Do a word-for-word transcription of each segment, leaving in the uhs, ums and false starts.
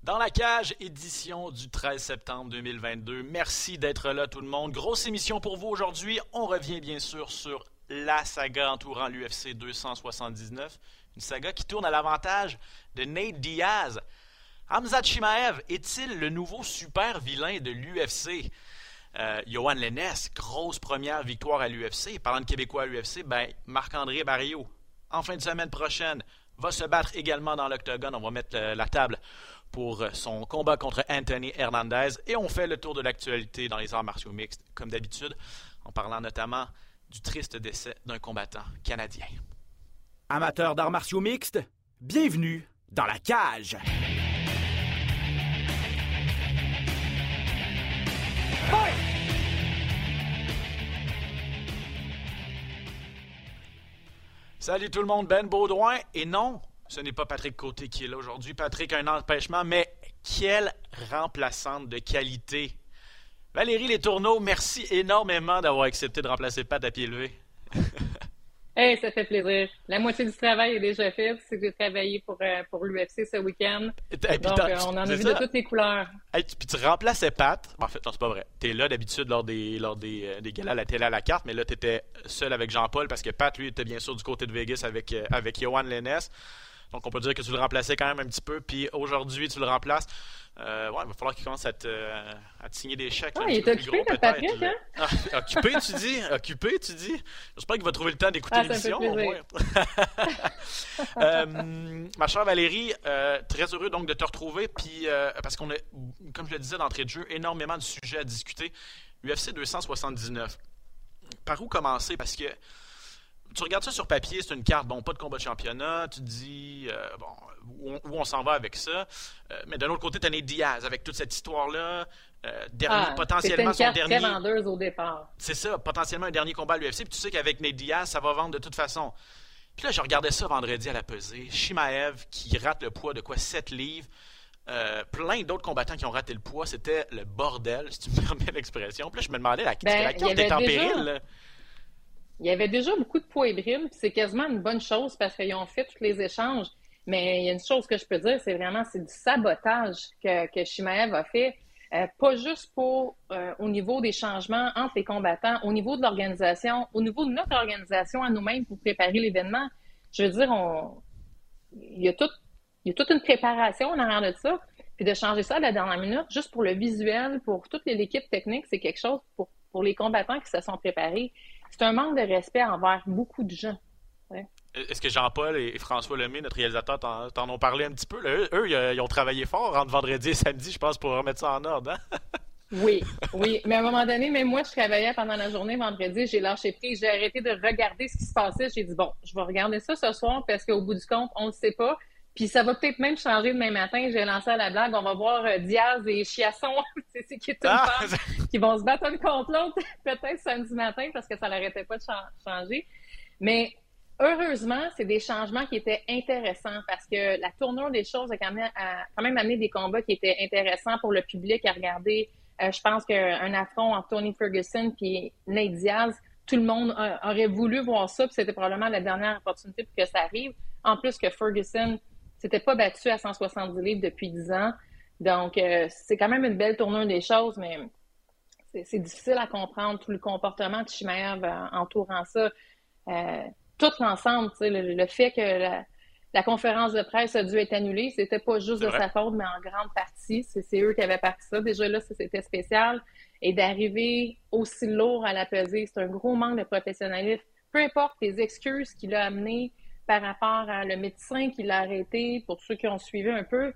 Dans la cage, édition du treize septembre deux mille vingt-deux. Merci d'être là tout le monde. Grosse émission pour vous aujourd'hui. On revient bien sûr sur la saga entourant l'U F C deux cent soixante-dix-neuf. Une saga qui tourne à l'avantage de Nate Diaz. Khamzat Chimaev est-il le nouveau super vilain de l'U F C? Euh, Yohan Lainesse, grosse première victoire à l'U F C. Parlant de Québécois à l'U F C, ben, Marc-André Barriault, en fin de semaine prochaine, va se battre également dans l'octogone. On va mettre euh, la table pour son combat contre Anthony Hernandez. Et on fait le tour de l'actualité dans les arts martiaux mixtes, comme d'habitude, en parlant notamment du triste décès d'un combattant canadien. Amateurs d'arts martiaux mixtes, bienvenue dans la cage. Fight! Salut tout le monde, Ben Baudouin. Et non, ce n'est pas Patrick Côté qui est là aujourd'hui. Patrick a un empêchement, mais quelle remplaçante de qualité. Valérie Letourneau, merci énormément d'avoir accepté de remplacer Pat à pied levé. Hey, ça fait plaisir. La moitié du travail est déjà fait. C'est que j'ai travaillé pour, euh, pour l'U F C ce week-end. Et, Donc, euh, on en a vu ça de toutes les couleurs. Hey, puis tu remplaçais Pat. En fait, non, c'est pas vrai. T'es là d'habitude lors des lors des, euh, des galas à la télé à la carte, mais là, t'étais seul avec Jean-Paul parce que Pat, lui, était bien sûr du côté de Vegas avec, euh, avec Yohan Lainesse. Donc, on peut dire que tu le remplaçais quand même un petit peu. Puis aujourd'hui, tu le remplaces. Euh, ouais, il va falloir qu'il commence à te, euh, à te signer des chèques. Ah, il est occupé, notre Patrick, hein? Ah, occupé, tu dis? Occupé, tu dis? J'espère qu'il va trouver le temps d'écouter ah, l'émission. Au moins. euh, ma chère Valérie, euh, très heureux donc de te retrouver. Puis, euh, parce qu'on a, comme je le disais d'entrée de jeu, énormément de sujets à discuter. U F C deux cent soixante-dix-neuf. Par où commencer? Parce que tu regardes ça sur papier, c'est une carte, bon, pas de combat de championnat, tu te dis, euh, bon, où on, où on s'en va avec ça. Euh, mais d'un autre côté, tu as Nate Diaz avec toute cette histoire-là. Euh, dernier, ah, potentiellement c'était une carte son dernier. Très vendeuse au départ. C'est ça, potentiellement un dernier combat à l'U F C. Puis tu sais qu'avec Nate Diaz, ça va vendre de toute façon. Puis là, je regardais ça vendredi à la pesée. Chimaev qui rate le poids de quoi sept livres. Euh, plein d'autres combattants qui ont raté le poids. C'était le bordel, si tu me permets l'expression. Puis là, je me demandais, la, ben, la carte est en déjà... péril, là. Il y avait déjà beaucoup de poids hybrides, c'est quasiment une bonne chose parce qu'ils ont fait tous les échanges. Mais il y a une chose que je peux dire, c'est vraiment c'est du sabotage que, que Chimaev a fait, euh, pas juste pour euh, au niveau des changements entre les combattants, au niveau de l'organisation, au niveau de notre organisation à nous-mêmes pour préparer l'événement. Je veux dire, on il y a tout, il y a toute une préparation en arrière de ça. Puis de changer ça à la dernière minute, juste pour le visuel, pour toute l'équipe technique, c'est quelque chose pour, pour les combattants qui se sont préparés. C'est un manque de respect envers beaucoup de gens. Ouais. Est-ce que Jean-Paul et François Lemay, notre réalisateur, t'en, t'en ont parlé un petit peu? Là, eux, eux, ils ont travaillé fort entre vendredi et samedi, je pense, pour remettre ça en ordre. Hein? Oui, oui. Mais à un moment donné, même moi, je travaillais pendant la journée vendredi, j'ai lâché prise, j'ai arrêté de regarder ce qui se passait. J'ai dit, bon, je vais regarder ça ce soir parce qu'au bout du compte, on ne le sait pas. Puis ça va peut-être même changer demain matin. J'ai lancé à la blague. On va voir euh, Diaz et Chiasson, c'est ce qui est une ah! femme, qui vont se battre un contre l'autre peut-être samedi matin parce que ça n'arrêtait pas de cha- changer. Mais heureusement, c'est des changements qui étaient intéressants parce que la tournure des choses a quand même, a quand même amené des combats qui étaient intéressants pour le public à regarder. Euh, je pense qu'un affront entre Tony Ferguson et Nate Diaz, tout le monde a, aurait voulu voir ça, puis c'était probablement la dernière opportunité pour que ça arrive. En plus que Ferguson s'était pas battu à cent soixante-dix livres depuis dix ans. Donc, euh, c'est quand même une belle tournure des choses, mais c'est, c'est difficile à comprendre tout le comportement de Chimaev euh, entourant ça. Euh, tout l'ensemble, tu sais, le, le fait que la, la conférence de presse a dû être annulée, c'était pas juste c'est de vrai. sa faute, mais en grande partie. C'est, c'est eux qui avaient parti ça. Déjà là, ça, c'était spécial. Et d'arriver aussi lourd à la pesée, c'est un gros manque de professionnalisme. Peu importe les excuses qu'il a amenées par rapport à le médecin qui l'a arrêté, pour ceux qui ont suivi un peu,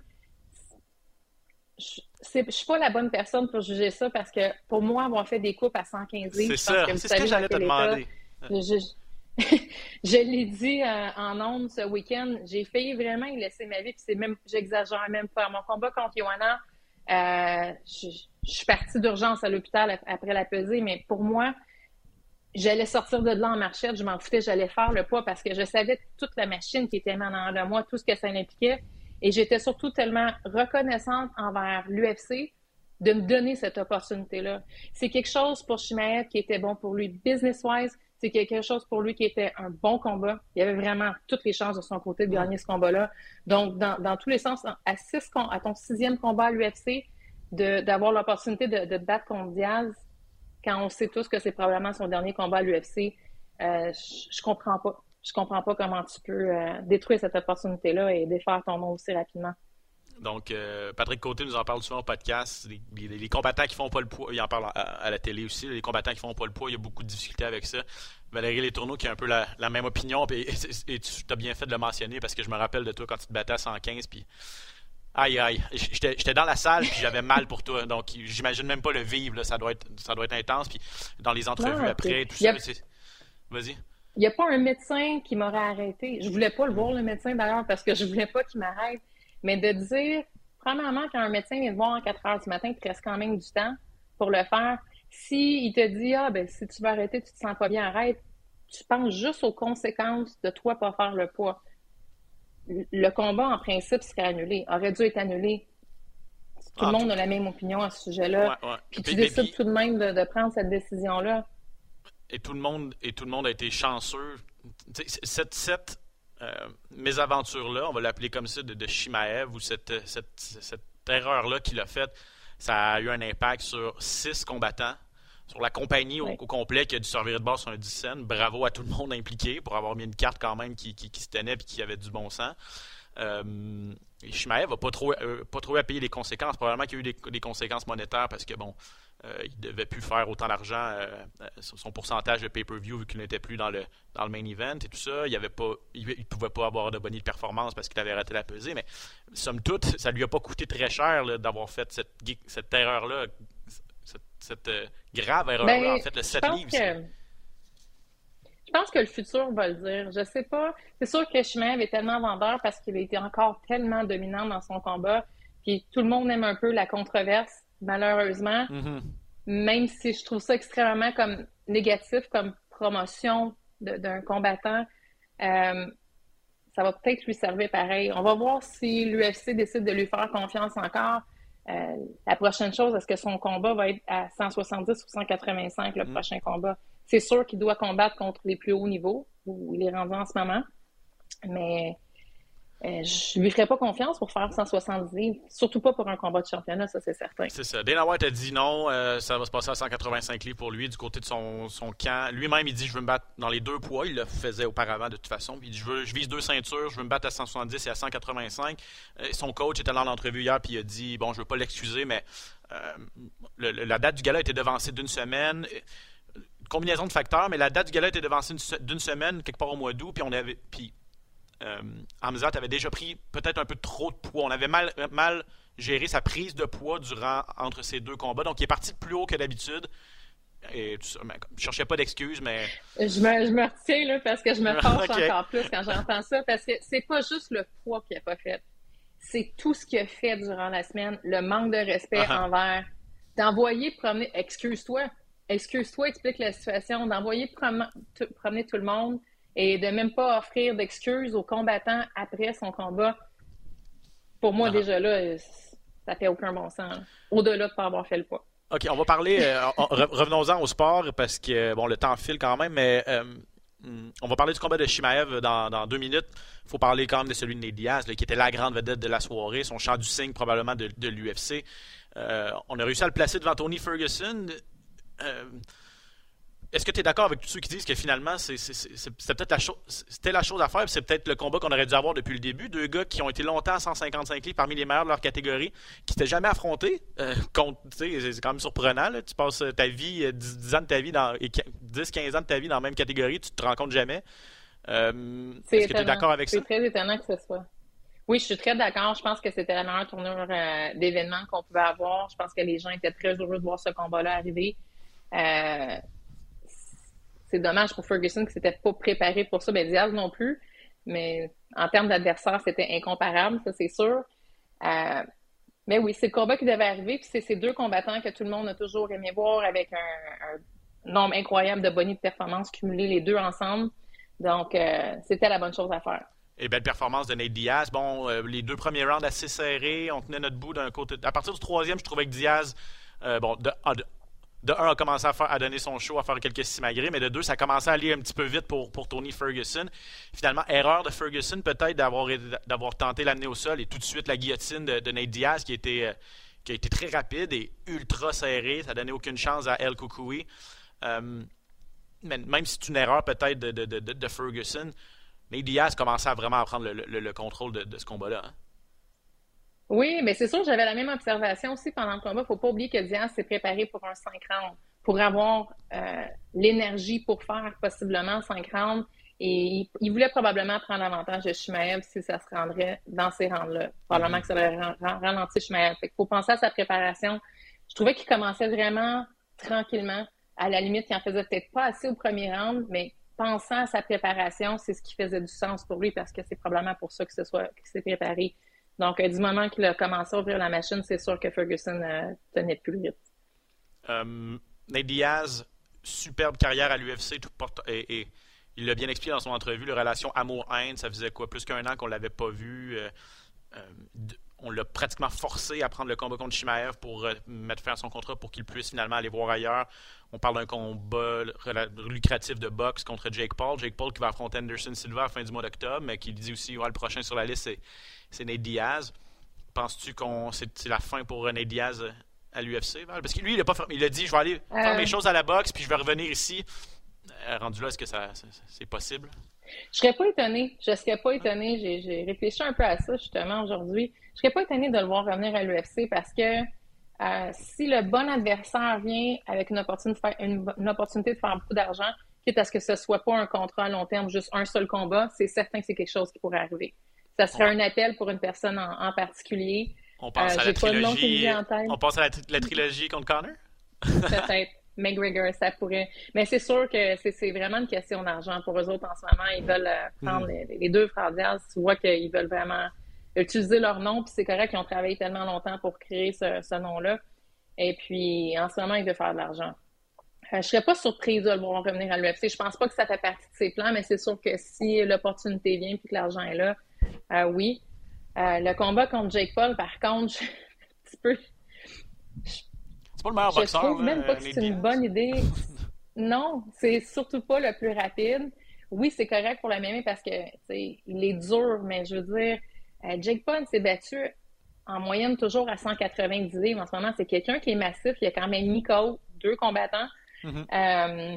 je ne suis pas la bonne personne pour juger ça parce que pour moi, avoir fait des coupes à cent quinze livres, c'est je pense ça, que c'est ce que j'allais te demander. Je, je, je l'ai dit euh, en ondes ce week-end, j'ai failli vraiment y laisser ma vie, puis c'est même, j'exagère même pas. Mon combat contre Joanna, euh, je, je suis partie d'urgence à l'hôpital après la pesée, mais pour moi, j'allais sortir de là en marchette, je m'en foutais, j'allais faire le poids parce que je savais toute la machine qui était en arrière de moi, tout ce que ça impliquait. Et j'étais surtout tellement reconnaissante envers l'U F C de me donner cette opportunité-là. C'est quelque chose pour Chimaev qui était bon pour lui business-wise, C'est quelque chose pour lui qui était un bon combat. Il avait vraiment toutes les chances de son côté de gagner ce combat-là. Donc, dans, dans tous les sens, à, six, à ton sixième combat à l'U F C, de, d'avoir l'opportunité de, de te battre contre Diaz, quand on sait tous que c'est probablement son dernier combat à l'U F C, euh, je, je comprends pas. Je comprends pas comment tu peux euh, détruire cette opportunité-là et défaire ton nom aussi rapidement. Donc, euh, Patrick Côté nous en parle souvent au podcast. Les, les, les combattants qui font pas le poids, il en parle à, à la télé aussi. Les combattants qui font pas le poids, il y a beaucoup de difficultés avec ça. Valérie Letourneau qui a un peu la, la même opinion, et, et, et tu as bien fait de le mentionner parce que je me rappelle de toi quand tu te battais à cent quinze, puis aïe aïe, j'étais, j'étais dans la salle puis j'avais mal pour toi. Donc, j'imagine même pas le vivre, là. Ça doit être, ça doit être intense. Puis dans les entrevues non, après, tout ça, a... c'est... vas-y. Il n'y a pas un médecin qui m'aurait arrêté. Je voulais pas le voir, le médecin, d'ailleurs, parce que je voulais pas qu'il m'arrête. Mais de dire, premièrement, quand un médecin vient te voir à quatre heures du matin, il te reste quand même du temps pour le faire. S'il te dit, ah, ben, si tu veux arrêter, tu te sens pas bien, arrête, tu penses juste aux conséquences de toi pas faire le poids. Le combat, en principe, serait annulé, aurait dû être annulé. Tout ah, le monde tout... a la même opinion à ce sujet-là. Ouais, ouais. Puis tu décides puis... tout de même de, de prendre cette décision-là. Et tout le monde, et tout le monde a été chanceux. T'sais, cette, cette euh, mésaventure-là, on va l'appeler comme ça, de, de Chimaev, ou cette, cette, cette erreur-là qu'il a faite, ça a eu un impact sur six combattants, sur la compagnie oui. au, au complet qui a dû servir de base sur un dix cents. Bravo à tout le monde impliqué pour avoir mis une carte quand même qui, qui, qui se tenait et qui avait du bon sens. Euh, Chimaev n'a pas trop, euh, pas trop à payer les conséquences. Probablement qu'il y a eu des, des conséquences monétaires parce que bon, euh, il ne devait plus faire autant d'argent euh, son pourcentage de pay-per-view vu qu'il n'était plus dans le, dans le main event et tout ça. Il ne pouvait pas avoir de bonus de performance parce qu'il avait raté la pesée. Mais somme toute, ça ne lui a pas coûté très cher là, d'avoir fait cette, cette erreur-là, cette, cette euh, grave erreur-là, ben, en fait, le sept livres. Que... Je pense que le futur va le dire. Je sais pas. C'est sûr que Chimaev est tellement vendeur parce qu'il a été encore tellement dominant dans son combat. Puis tout le monde aime un peu la controverse, malheureusement. Mm-hmm. Même si je trouve ça extrêmement comme négatif, comme promotion de, d'un combattant, euh, ça va peut-être lui servir pareil. On va voir si l'U F C décide de lui faire confiance encore. Euh, la prochaine chose, est-ce que son combat va être à cent soixante-dix ou cent quatre-vingt-cinq, le mm. prochain combat? C'est sûr qu'il doit combattre contre les plus hauts niveaux, où il est rendu en ce moment. Mais euh, je lui ferais pas confiance pour faire cent soixante-dix, surtout pas pour un combat de championnat, ça c'est certain. C'est ça. Dana White a dit non, euh, ça va se passer à cent quatre-vingt-cinq livres pour lui, du côté de son, son camp. Lui-même, il dit je veux me battre dans les deux poids. Il le faisait auparavant de toute façon. Puis il dit je, veux, je vise deux ceintures, je veux me battre à cent soixante-dix et à cent quatre-vingt-cinq. Euh, son coach était là en entrevue hier, puis il a dit bon, je veux pas l'excuser, mais euh, le, le, la date du gala a été devancée d'une semaine. Combinaison de facteurs, mais la date du gala était devancée d'une semaine, quelque part au mois d'août, puis on avait, puis euh, Khamzat avait déjà pris peut-être un peu trop de poids. On avait mal, mal géré sa prise de poids durant entre ces deux combats, donc il est parti plus haut que d'habitude. Et tout ça, mais, je cherchais pas d'excuses, mais je me, je me retiens là parce que je me fâche okay. encore plus quand j'entends ça, parce que c'est pas juste le poids qu'il a pas fait, c'est tout ce qu'il a fait durant la semaine, le manque de respect uh-huh. envers, d'envoyer promener, excuse-toi. Excuse-toi, explique la situation, d'envoyer prom- t- promener tout le monde et de même pas offrir d'excuses aux combattants après son combat. Pour moi, ah. déjà là, ça fait aucun bon sens. Là. Au-delà de ne pas avoir fait le poids. OK, on va parler, euh, revenons-en au sport parce que bon, le temps file quand même, mais euh, on va parler du combat de Chimaev dans, dans deux minutes. Il faut parler quand même de celui de Nate Diaz, là, qui était la grande vedette de la soirée, son chant du cygne probablement de, de l'U F C. Euh, on a réussi à le placer devant Tony Ferguson. Euh, est-ce que tu es d'accord avec tous ceux qui disent que finalement c'est, c'est, c'est, c'était peut-être la chose, c'était la chose à faire, puis c'est peut-être le combat qu'on aurait dû avoir depuis le début, deux gars qui ont été longtemps à cent cinquante-cinq livres parmi les meilleurs de leur catégorie, qui t'étaient jamais affrontés euh, contre, tu sais, c'est quand même surprenant là. Tu passes ta vie dix, dix ans de ta vie dans dix quinze ans de ta vie dans la même catégorie, tu te rencontres jamais. Euh, c'est est-ce que tu es d'accord avec c'est ça? C'est très étonnant que ce soit. Oui, je suis très d'accord. Je pense que c'était la meilleure tournure euh, d'événements qu'on pouvait avoir. Je pense que les gens étaient très heureux de voir ce combat-là arriver. Euh, c'est dommage pour Ferguson qui s'était pas préparé pour ça, ben Diaz non plus, mais en termes d'adversaire, c'était incomparable, ça c'est sûr. Euh, mais oui, c'est le combat qui devait arriver, puis c'est ces deux combattants que tout le monde a toujours aimé voir avec un, un nombre incroyable de bonus de performance cumulés les deux ensemble. Donc, euh, c'était la bonne chose à faire. Et belle performance de Nate Diaz. Bon, euh, les deux premiers rounds assez serrés, on tenait notre bout d'un côté. À partir du troisième, je trouvais que Diaz, euh, bon, de, de de un, a commencé à, faire, à donner son show, à faire quelques simagrées, mais de deux, ça a commencé à aller un petit peu vite pour, pour Tony Ferguson. Finalement, erreur de Ferguson peut-être d'avoir, d'avoir tenté l'amener au sol et tout de suite la guillotine de, de Nate Diaz qui était, qui a été très rapide et ultra serrée. Ça n'a donné aucune chance à El Koukoui. Euh, mais même si c'est une erreur peut-être de, de, de, de Ferguson, Nate Diaz commençait à vraiment prendre le, le, le contrôle de, de ce combat-là. Hein. Oui, mais c'est sûr, j'avais la même observation aussi pendant le combat. Il ne faut pas oublier que Diaz s'est préparé pour un cinq rounds, pour avoir euh, l'énergie pour faire possiblement cinq rounds. Et il, il voulait probablement prendre l'avantage de Chimaev si ça se rendrait dans ces rounds-là. Probablement mm-hmm. que ça aurait ralenti Chimaev. Il faut penser à sa préparation. Je trouvais qu'il commençait vraiment tranquillement. À la limite, il en faisait peut-être pas assez au premier round, mais pensant à sa préparation, c'est ce qui faisait du sens pour lui parce que c'est probablement pour ça que ce soit, qu'il s'est préparé. Donc, euh, du moment qu'il a commencé à ouvrir la machine, c'est sûr que Ferguson euh, tenait plus le rythme. Um, Nate Diaz, superbe carrière à l'U F C, tout porte, et, et il l'a bien expliqué dans son entrevue, la relation amour-haine, ça faisait quoi, plus qu'un an qu'on ne l'avait pas vu. Euh, euh, on l'a pratiquement forcé à prendre le combat contre Chimaev pour euh, mettre fin à son contrat pour qu'il puisse finalement aller voir ailleurs. On parle d'un combat lucratif de boxe contre Jake Paul. Jake Paul qui va affronter Anderson Silva à la fin du mois d'octobre, mais qui dit aussi ouais, le prochain sur la liste, c'est, c'est Nate Diaz. Penses-tu que c'est, c'est la fin pour Nate Diaz à l'U F C, Val? Parce que lui, il a, pas, il a dit je vais aller euh... faire mes choses à la boxe, puis je vais revenir ici. Euh, rendu là, est-ce que ça, c'est, c'est possible? Je serais pas étonnée. Je serais pas étonnée. J'ai, j'ai réfléchi un peu à ça, justement, aujourd'hui. Je serais pas étonnée de le voir revenir à l'U F C parce que euh, si le bon adversaire vient avec une opportunité, de faire, une, une opportunité de faire beaucoup d'argent, quitte à ce que ce soit pas un contrat à long terme, juste un seul combat, c'est certain que c'est quelque chose qui pourrait arriver. Ça serait ouais. un appel pour une personne en, en particulier. On pense euh, à la trilogie. On pense à la, tri- la trilogie contre Conor? Peut-être. McGregor, ça pourrait. Mais c'est sûr que c'est, c'est vraiment une question d'argent pour eux autres en ce moment. Ils veulent euh, prendre mm. les, les deux frères Diaz. Tu vois qu'ils veulent vraiment utiliser leur nom, puis c'est correct qu'ils ont travaillé tellement longtemps pour créer ce, ce nom-là. Et puis, en ce moment, ils veulent faire de l'argent. Euh, je serais pas surprise de le voir revenir à l'U F C. Je pense pas que ça fait partie de ses plans, mais c'est sûr que si l'opportunité vient et que l'argent est là, euh, oui. Euh, le combat contre Jake Paul, par contre, je, un petit peu... Je, C'est pas le meilleur boxeur. Je trouve là, même pas que c'est une bonne idée. Non, c'est surtout pas le plus rapide. Oui, c'est correct pour le M M A parce que il est dur, mais je veux dire, euh, Jake Paul s'est battu en moyenne toujours à cent quatre-vingt-dix livres. En ce moment, c'est quelqu'un qui est massif. Il y a quand même mis K O deux combattants. Mm-hmm. Euh...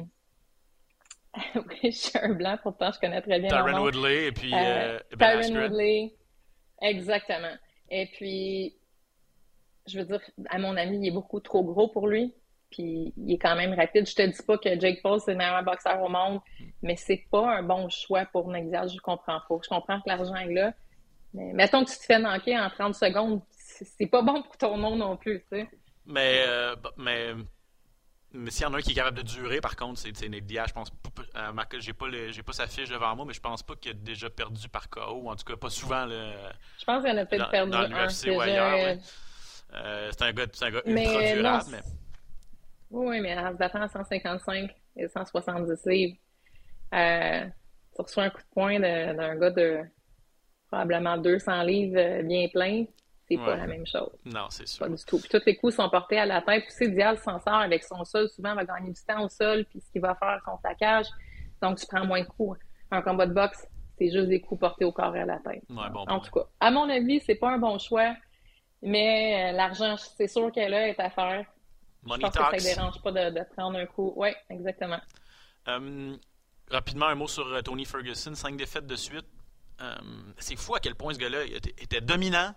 oui, je suis un blanc, pourtant je connais très bien Tyron Woodley et puis euh, euh, Ben Tyron Woodley. Exactement. Et puis, je veux dire, à mon avis, il est beaucoup trop gros pour lui. Puis, il est quand même rapide. Je te dis pas que Jake Paul, c'est le meilleur boxeur au monde, mais c'est pas un bon choix pour Nate Diaz. Je comprends pas. Je comprends que l'argent est là. Mais mettons que tu te fais manquer en trente secondes, c'est pas bon pour ton nom non plus, tu sais. Mais, euh, mais, mais s'il y en a un qui est capable de durer, par contre, c'est, c'est Nate Diaz. Je pense pas, euh, j'ai pas le, j'ai pas sa fiche devant moi, mais je pense pas qu'il a déjà perdu par K O, ou en tout cas pas souvent. Le, je pense qu'il en a peut-être dans, perdu dans un. l'U F C ou ailleurs. Ouais. Euh, c'est un gars, c'est un gars ultra mais durable. Non, mais... Oui, mais en se battant à cent cinquante-cinq et cent soixante-dix livres, euh, tu reçois un coup de poing de, d'un gars de probablement deux cents livres bien plein, c'est ouais. pas la même chose. Non, c'est sûr. Pas du tout. Puis tous les coups sont portés à la tête. Puis c'est Diaz s'en sort avec son sol, souvent il va gagner du temps au sol, puis ce qu'il va faire contre la cage. Donc tu prends moins de coups. Un combat de boxe, c'est juste des coups portés au corps et à la tête. Ouais, bon en tout cas, à mon avis, c'est pas un bon choix, mais euh, l'argent, c'est sûr qu'elle là est à faire. Money je pense talks. que ça ne dérange pas de, de prendre un coup. Oui, exactement. Um, rapidement, un mot sur uh, Tony Ferguson. Cinq défaites de suite. Um, c'est fou à quel point ce gars-là était, était dominant.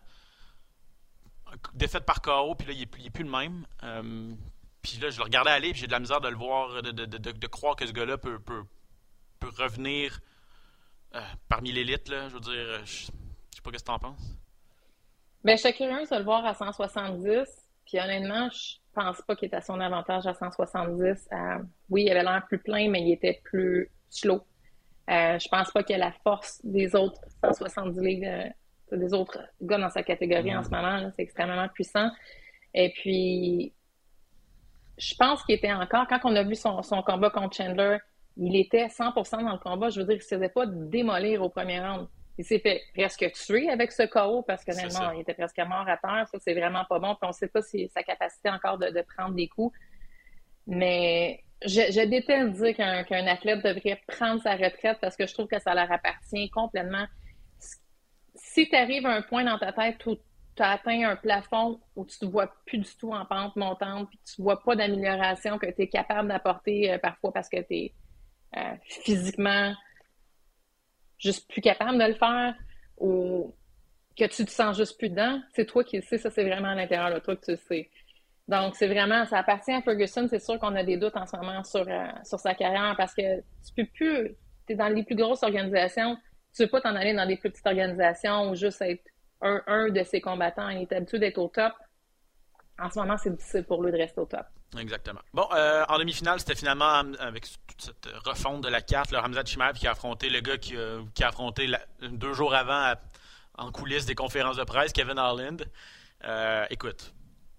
Défaite par K O, puis là, il n'est plus, plus le même. Um, puis là, je le regardais aller, puis j'ai de la misère de le voir, de, de, de, de, de croire que ce gars-là peut, peut, peut revenir euh, parmi l'élite. Là. Je veux dire, je ne sais pas ce que tu en penses. Bien, je suis curieuse de le voir à cent soixante-dix. Puis honnêtement, je pense pas qu'il était à son avantage à cent soixante-dix. Euh, oui, il avait l'air plus plein, mais il était plus slow. Euh, je pense pas qu'il a la force des autres cent soixante-dix livres, euh, des autres gars dans sa catégorie mmh. en ce moment. Là, c'est extrêmement puissant. Et puis, je pense qu'il était encore, quand on a vu son, son combat contre Chandler, il était cent pour cent dans le combat. Je veux dire, il ne se faisait pas démolir au premier round. Il s'est fait presque tuer avec ce K O parce que honnêtement, il était presque mort à terre. Ça, c'est vraiment pas bon. Puis on ne sait pas si sa capacité encore de, de prendre des coups. Mais je, je déteste dire qu'un, qu'un athlète devrait prendre sa retraite parce que je trouve que ça leur appartient complètement. Si tu arrives à un point dans ta tête où tu as atteint un plafond où tu ne te vois plus du tout en pente montante, puis tu ne vois pas d'amélioration que tu es capable d'apporter euh, parfois parce que tu es euh, physiquement juste plus capable de le faire ou que tu te sens juste plus dedans, c'est toi qui le sais, ça c'est vraiment à l'intérieur de toi que tu le sais. Donc c'est vraiment, ça appartient à Ferguson, c'est sûr qu'on a des doutes en ce moment sur, euh, sur sa carrière parce que tu peux plus, tu es dans les plus grosses organisations, tu veux pas t'en aller dans des plus petites organisations ou juste être un, un de ses combattants, il est habitué d'être au top. En ce moment, c'est difficile pour lui de rester au top. Exactement. Bon, euh, en demi-finale, c'était finalement avec toute cette refonte de la carte, le Khamzat Chimaev qui a affronté le gars qui, euh, qui a affronté la, deux jours avant à, en coulisses des conférences de presse, Kevin Holland. Euh, écoute,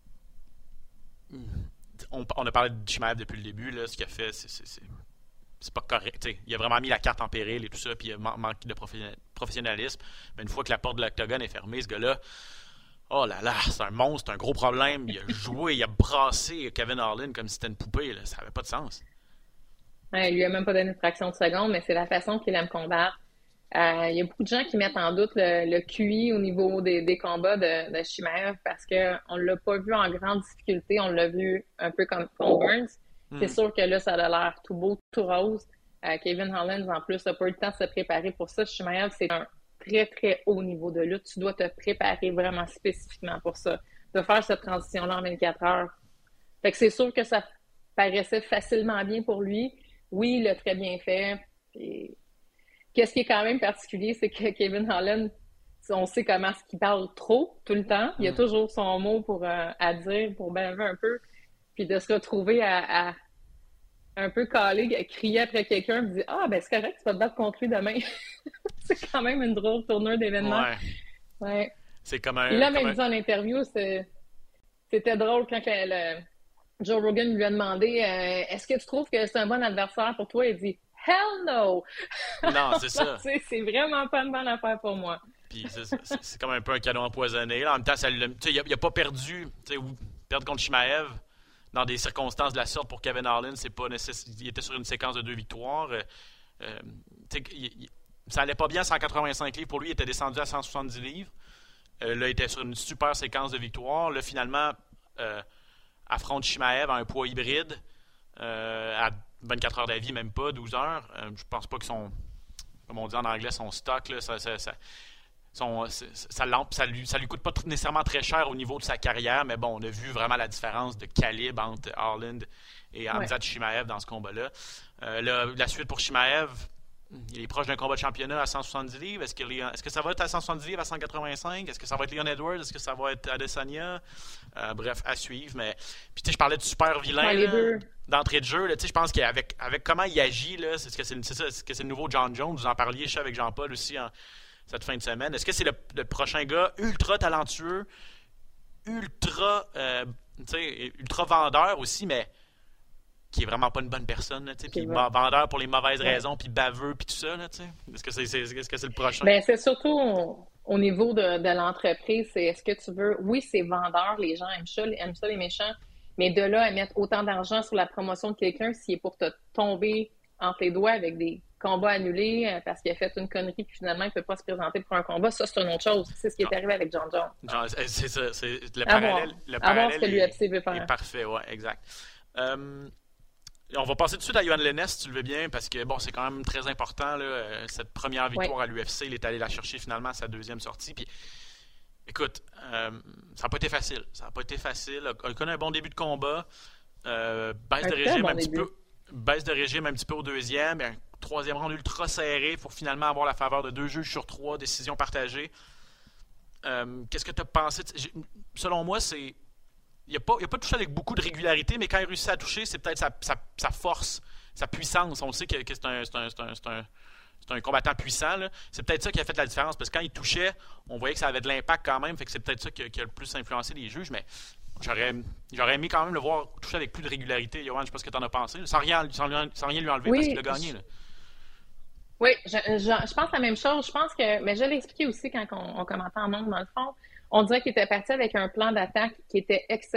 on, on a parlé de Chimaev depuis le début, là, ce qu'il a fait, c'est, c'est, c'est, c'est pas correct. T'sais, il a vraiment mis la carte en péril et tout ça, puis il a man- manqué de professionnalisme. Mais une fois que la porte de l'octogone est fermée, ce gars-là, oh là là, c'est un monstre, c'est un gros problème. Il a joué, il a brassé Kevin Holland comme si c'était une poupée. Là. Ça n'avait pas de sens. Ouais, il lui a même pas donné une fraction de seconde, mais c'est la façon qu'il aime combattre. Euh, il y a beaucoup de gens qui mettent en doute le, le Q I au niveau des, des combats de, de Chimaev parce qu'on ne l'a pas vu en grande difficulté. On l'a vu un peu comme Paul Burns. Mm. C'est sûr que là, ça a l'air tout beau, tout rose. Euh, Kevin Holland, en plus, n'a pas eu le temps de se préparer pour ça. Chimaev, c'est un très, très haut niveau de lutte. Tu dois te préparer vraiment spécifiquement pour ça. De faire cette transition-là en vingt-quatre heures. Fait que c'est sûr que ça paraissait facilement bien pour lui. Oui, il l'a très bien fait. Et qu'est-ce qui est quand même particulier, c'est que Kevin Holland, on sait comment est-ce qu'il parle trop tout le temps. Il a toujours son mot pour euh, à dire, pour baver un peu. Puis de se retrouver à, à un peu calé, à crier après quelqu'un, puis dire « Ah, ben c'est correct, tu vas te battre contre lui demain. » C'est quand même une drôle tournure d'événements. Ouais. Ouais. C'est comme un... Il a même un... dit en interview, c'est, c'était drôle quand le, le, Joe Rogan lui a demandé euh, « Est-ce que tu trouves que c'est un bon adversaire pour toi? » Il dit « Hell no! » Non, c'est ça. c'est, c'est vraiment pas une bonne affaire pour moi. Puis c'est, c'est, c'est comme un peu un cadeau empoisonné. Là. En même temps, ça, il n'a pas perdu, ou perdre contre Chimaev dans des circonstances de la sorte pour Kevin Holland, c'est pas nécessaire. Il était sur une séquence de deux victoires. Euh, euh, il, il, ça allait pas bien à cent quatre-vingt-cinq livres. Pour lui, il était descendu à cent soixante-dix livres. Euh, là, il était sur une super séquence de victoires. Là, finalement, euh, affronte Chimaev à un poids hybride euh, à vingt-quatre heures d'avis, même pas, douze heures. Euh, je pense pas que son, comme on dit en anglais, son stock, là, ça, ça, ça Son, ça, ça, lui, ça lui coûte pas nécessairement très cher au niveau de sa carrière, mais bon, on a vu vraiment la différence de calibre entre Holland et Khamzat ouais. Chimaev dans ce combat-là. Euh, la, la suite pour Chimaev, il est proche d'un combat de championnat à cent soixante-dix livres. Est-ce que, est-ce que ça va être à cent soixante-dix livres à cent quatre-vingt-cinq? Est-ce que ça va être Leon Edwards? Est-ce que ça va être Adesanya? Euh, bref, à suivre. Mais puis tu sais, je parlais de super vilain ouais, là, d'entrée de jeu. Là, je pense qu'avec avec comment il agit, là, c'est, ce que c'est, c'est ça, c'est, que c'est le nouveau John Jones. Vous en parliez, je sais, avec Jean-Paul aussi en cette fin de semaine. Est-ce que c'est le, le prochain gars ultra talentueux, ultra, euh, ultra vendeur aussi, mais qui est vraiment pas une bonne personne, là, puis vendeur pour les mauvaises ouais. raisons, puis baveux, puis tout ça, là, est-ce que c'est, c'est, est-ce que c'est le prochain? Ben, c'est surtout au, au niveau de, de l'entreprise, c'est est-ce que tu veux, oui, c'est vendeur, les gens aiment ça, aiment ça, les méchants, mais de là à mettre autant d'argent sur la promotion de quelqu'un, s'il est pour te tomber entre les doigts avec des combats annulés parce qu'il a fait une connerie puis finalement il ne peut pas se présenter pour un combat, ça c'est une autre chose. C'est ce qui est arrivé avec John Jones. John, c'est ça, c'est le à parallèle, voir. le parallèle voir ce que l'U F C veut faire. Est parfait, ouais, exact. Euh, on va passer tout de suite à Yohan Lennes, si tu le veux bien, parce que bon, c'est quand même très important là, cette première victoire ouais. à l'U F C, il est allé la chercher finalement à sa deuxième sortie. Puis, écoute, euh, ça n'a pas été facile. Ça n'a pas été facile. Il a connu un bon début de combat, euh, baisse un de régime bon un petit peu. Baisse de régime un petit peu au deuxième, un troisième round ultra serré pour finalement avoir la faveur de deux juges sur trois, décision partagée. Euh, qu'est-ce que tu as pensé? J'ai, selon moi, c'est il n'a pas, pas touché avec beaucoup de régularité, mais quand il réussit à toucher, c'est peut-être sa, sa, sa force, sa puissance. On sait que, que c'est, un, c'est, un, c'est, un, c'est, un, c'est un combattant puissant. Là. C'est peut-être ça qui a fait la différence, parce que quand il touchait, on voyait que ça avait de l'impact quand même, fait que c'est peut-être ça qui a, qui a le plus influencé les juges, mais J'aurais, j'aurais aimé quand même le voir toucher avec plus de régularité. Yohan, je ne sais pas ce que tu en as pensé. Sans rien, sans, sans rien lui enlever oui, parce qu'il a gagné. Là. Oui, je, je, je pense la même chose. Je pense que, mais je l'ai expliqué aussi quand on, on commentait en nombre, dans le fond. On dirait qu'il était parti avec un plan d'attaque qui était excellent.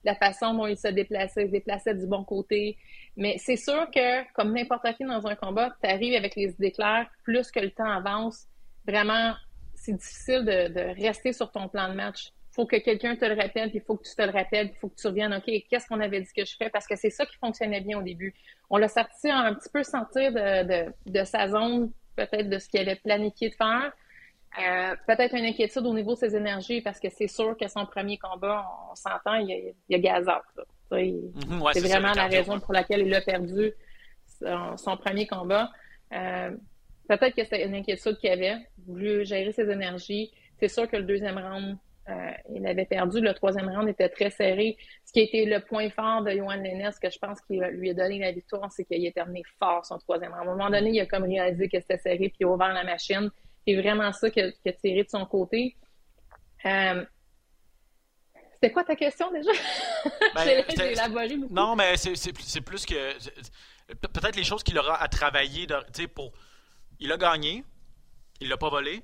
la façon dont il se déplaçait, il se déplaçait du bon côté. Mais c'est sûr que, comme n'importe qui dans un combat, tu arrives avec les idées claires, plus que le temps avance, vraiment, c'est difficile de, de rester sur ton plan de match. Il faut que quelqu'un te le rappelle, puis il faut que tu te le rappelles, puis il faut que tu reviennes, OK, qu'est-ce qu'on avait dit que je ferais? Parce que c'est ça qui fonctionnait bien au début. On l'a sorti un petit peu sortir de, de, de sa zone, peut-être de ce qu'il avait planifié de faire. Euh, peut-être une inquiétude au niveau de ses énergies, parce que c'est sûr que son premier combat, on s'entend, il y a, il y a gazard. Mm-hmm, ouais, c'est, c'est vraiment ça, la raison pour laquelle il a perdu son, son premier combat. Euh, peut-être que c'était une inquiétude qu'il avait, voulu gérer ses énergies. C'est sûr que le deuxième round, euh, il avait perdu. Le troisième round était très serré. Ce qui a été le point fort de Yohan Lainez, que je pense qu'il lui a donné la victoire, c'est qu'il a terminé fort son troisième round. À un moment donné, il a comme réalisé que c'était serré, puis il a ouvert la machine. C'est vraiment ça qui a, qui a tiré de son côté. Euh, c'était quoi ta question déjà? Ben, j'ai, j'ai élaboré beaucoup. Non, mais c'est, c'est, c'est plus que... Peut-être les choses qu'il aura à travailler. De, pour, il a gagné. Il l'a pas volé.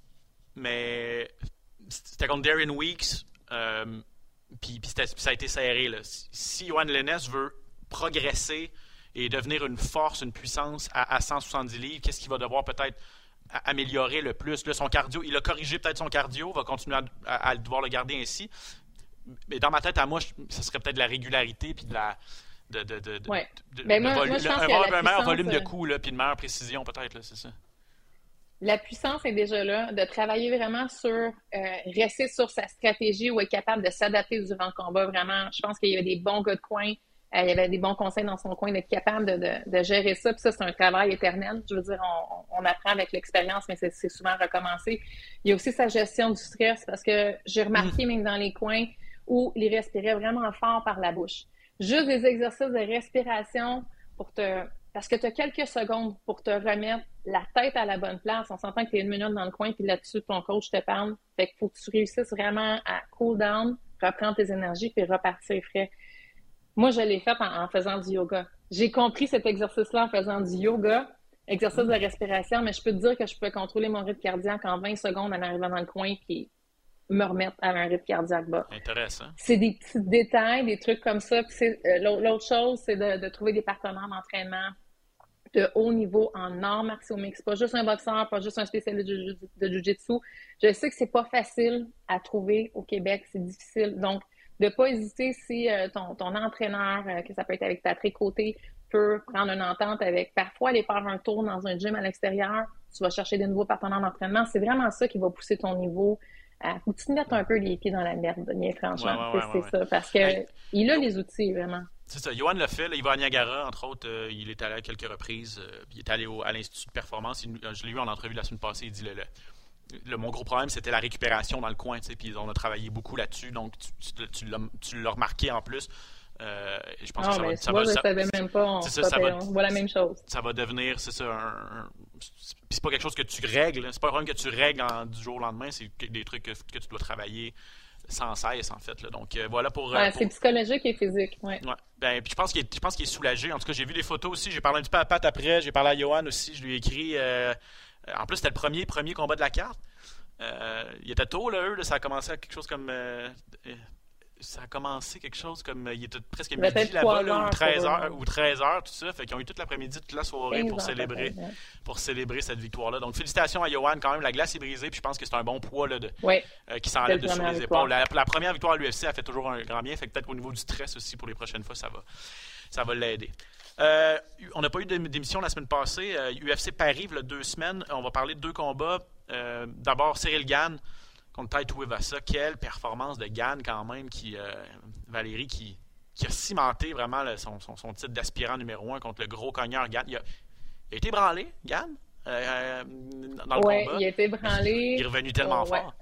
Mais c'était contre Darian Weeks. Euh, puis, puis ça a été serré. Là. Si Yohan Lainez veut progresser et devenir une force, une puissance à, à cent soixante-dix livres, qu'est-ce qu'il va devoir peut-être améliorer le plus? Là, son cardio, il a corrigé peut-être son cardio, va continuer à, à, à devoir le garder ainsi. Mais dans ma tête, à moi, ce serait peut-être de la régularité puis de la... De, de, de, de, ouais. de, ben de moi, volu- moi, je pense un, que un la meilleur puissance, volume de coups, là, puis une meilleure précision, peut-être, là, c'est ça. La puissance est déjà là, de travailler vraiment sur, euh, rester sur sa stratégie ou être capable de s'adapter durant le combat. Vraiment, je pense qu'il y avait des bons gars de coin, euh, il y avait des bons conseils dans son coin, d'être capable de, de, de gérer ça. Puis ça, c'est un travail éternel. Je veux dire, on, on apprend avec l'expérience, mais c'est, c'est souvent recommencé. Il y a aussi sa gestion du stress, parce que j'ai remarqué, mmh. même dans les coins, où il respirait vraiment fort par la bouche. Juste des exercices de respiration pour te... Parce que tu as quelques secondes pour te remettre la tête à la bonne place. On s'entend que tu es une minute dans le coin, puis là-dessus, ton coach te parle. Fait qu'il faut que tu réussisses vraiment à cool down, reprendre tes énergies, puis repartir frais. Moi, je l'ai fait en, en faisant du yoga. J'ai compris cet exercice-là en faisant du yoga, exercice de respiration, mais je peux te dire que je peux contrôler mon rythme cardiaque en vingt secondes en arrivant dans le coin, puis me remettre à un rythme cardiaque bas. Intéressant. C'est des petits détails, des trucs comme ça. Puis c'est, euh, l'autre chose, c'est de, de trouver des partenaires d'entraînement de haut niveau en arts martiaux mixtes. Pas juste un boxeur, pas juste un spécialiste de, de jiu-jitsu. Je sais que c'est pas facile à trouver au Québec, c'est difficile. Donc, de pas hésiter si euh, ton, ton entraîneur, euh, que ça peut être avec Patrick Côté, peut prendre une entente avec, parfois aller faire un tour dans un gym à l'extérieur, tu vas chercher des nouveaux partenaires d'entraînement. C'est vraiment ça qui va pousser ton niveau. Il faut que tu te mettes un peu les pieds dans la merde, bien franchement. Ouais, ouais, ouais, c'est ouais, ça, ouais. Parce qu'il hey, a les outils, vraiment. C'est ça. Yohan l'a fait. Là, il va à Niagara, entre autres. Euh, il est allé à quelques reprises. Euh, il est allé au, à l'Institut de performance. Il, je l'ai eu en entrevue la semaine passée. Il dit le, le, le, mon gros problème, c'était la récupération dans le coin. Puis on a travaillé beaucoup là-dessus. Donc, tu, tu, tu, l'as, tu l'as remarqué en plus. Euh, je pense ah, que ça mais va... Tu ça vois, va, je ça, savais même pas. On, ça, ça va, on voit la même chose. Ça va devenir, c'est ça, un... un puis c'est pas quelque chose que tu règles. C'est pas un problème que tu règles en, du jour au lendemain. C'est des trucs que, que tu dois travailler sans cesse, en fait. Là. Donc, euh, voilà pour... Ouais, pour... c'est psychologique et physique, ouais. ouais. Ben, puis je pense, qu'il est, je pense qu'il est soulagé. En tout cas, j'ai vu des photos aussi. J'ai parlé un petit peu à Pat après. J'ai parlé à Yohan aussi. Je lui ai écrit... Euh... En plus, c'était le premier, premier combat de la carte. Euh, il était tôt, là, eux. Là, ça a commencé à quelque chose comme... Euh... Ça a commencé quelque chose comme... Il était presque midi là-bas, là, ou treize heures, ou treize heures, tout ça. Fait qu'ils ont eu toute l'après-midi, toute la soirée pour célébrer, pour célébrer cette victoire-là. Donc, félicitations à Yohan. Quand même, la glace est brisée. Puis je pense que c'est un bon poids là, de, ouais. euh, qui s'enlève de sur les épaules. La, la première victoire à l'U F C a fait toujours un grand bien. Fait que peut-être qu'au niveau du stress aussi, pour les prochaines fois, ça va, ça va l'aider. Euh, on n'a pas eu d'émission la semaine passée. Euh, U F C Paris, il y a deux semaines. On va parler de deux combats. Euh, d'abord, Cyril Gane contre Tai Tuivasa. Quelle performance de Gane quand même, qui euh, Valérie, qui, qui a cimenté vraiment le, son, son, son titre d'aspirant numéro un contre le gros cogneur Gane. Il a, il a été branlé, Gane, euh, dans le ouais, combat. il a été branlé. Il est revenu tellement oh, fort. Ouais.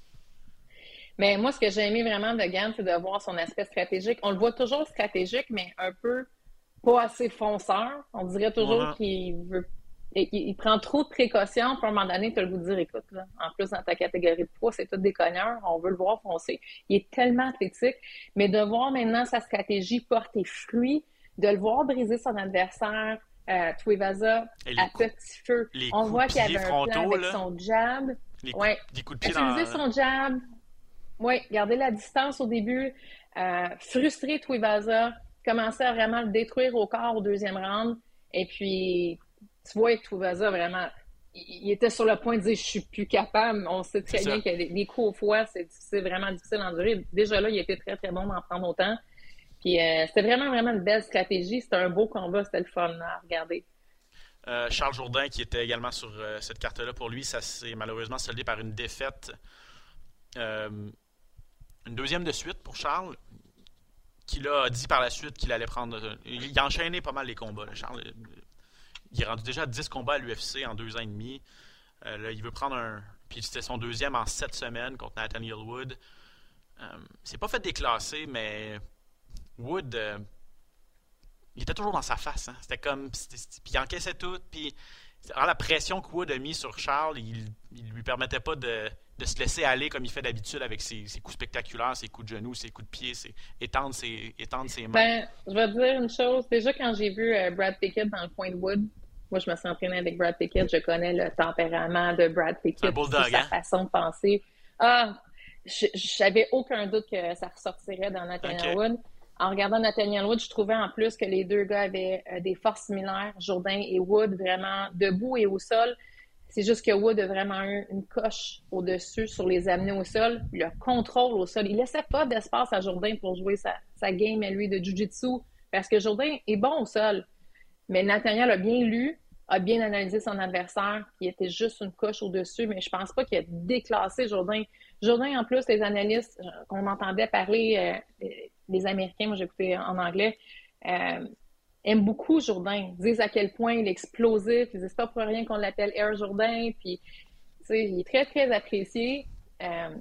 Mais moi, ce que j'ai aimé vraiment de Gane, c'est de voir son aspect stratégique. On le voit toujours stratégique, mais un peu pas assez fonceur. On dirait toujours mm-hmm. qu'il veut... Il, il prend trop de précautions, puis à un moment donné, tu as le goût de dire, écoute, là, en plus, dans ta catégorie de poids, c'est tous des cogneurs, on veut le voir foncer. Il est tellement athlétique, mais de voir maintenant sa stratégie porter fruit, de le voir briser son adversaire, euh, Tuivasa, à coups, petit feu. On voit qu'il y avait un plan avec là. son jab. Les, ouais. les coups de pied Utiliser dans... son jab. Oui, garder la distance au début. Euh, frustré, Tuivasa commençait à vraiment le détruire au corps au deuxième round. Et puis, tu vois que Tuivasa, vraiment, il, il était sur le point de dire « je suis plus capable ». On sait très bien que des, des coups au foie, c'est difficile, vraiment difficile à endurer. Déjà là, il était très, très bon d'en prendre autant. Puis euh, c'était vraiment, vraiment une belle stratégie. C'était un beau combat, c'était le fun à regarder. Euh, Charles Jourdain, qui était également sur euh, cette carte-là, pour lui, ça s'est malheureusement soldé par une défaite. Euh, une deuxième de suite pour Charles, qui là, a dit par la suite qu'il allait prendre... Euh, il a enchaîné pas mal les combats, là, Charles. Il est rendu déjà à dix combats à l'U F C en deux ans et demi. Euh, là, il veut prendre un... Puis c'était son deuxième en sept semaines contre Nathaniel Wood. Euh, c'est pas fait déclasser, mais Wood... Euh, il était toujours dans sa face. Hein. C'était comme... C'était, c'était, puis il encaissait tout. Puis alors, la pression que Wood a mis sur Charles, il ne lui permettait pas de, de se laisser aller comme il fait d'habitude avec ses, ses coups spectaculaires, ses coups de genoux, ses coups de pied, ses, étendre, ses, étendre ses mains. Ben, je vais te dire une chose. Déjà, quand j'ai vu euh, Brad Pickett dans le coin de Wood, moi, je me suis entraînée avec Brad Pickett. Je connais le tempérament de Brad Pickett. Bulldog, sa hein? façon de penser. Ah, j'avais aucun doute que ça ressortirait dans Nathaniel okay. Wood. En regardant Nathaniel Wood, je trouvais en plus que les deux gars avaient euh, des forces similaires, Jourdain et Wood, vraiment debout et au sol. C'est juste que Wood a vraiment eu une coche au-dessus sur les amener au sol. Le contrôle au sol. Il laissait pas d'espace à Jourdain pour jouer sa, sa game à lui de jiu-jitsu parce que Jourdain est bon au sol. Mais Nathaniel a bien lu, a bien analysé son adversaire, qui était juste une coche au-dessus, mais je pense pas qu'il a déclassé Jourdain. Jourdain, en plus, les analystes qu'on entendait parler... Euh, les Américains, moi j'écoutais en anglais, euh, aiment beaucoup Jourdain, disent à quel point il est explosif, ils disent pas pour rien qu'on l'appelle Air Jourdain, puis tu sais, il est très très apprécié. Euh,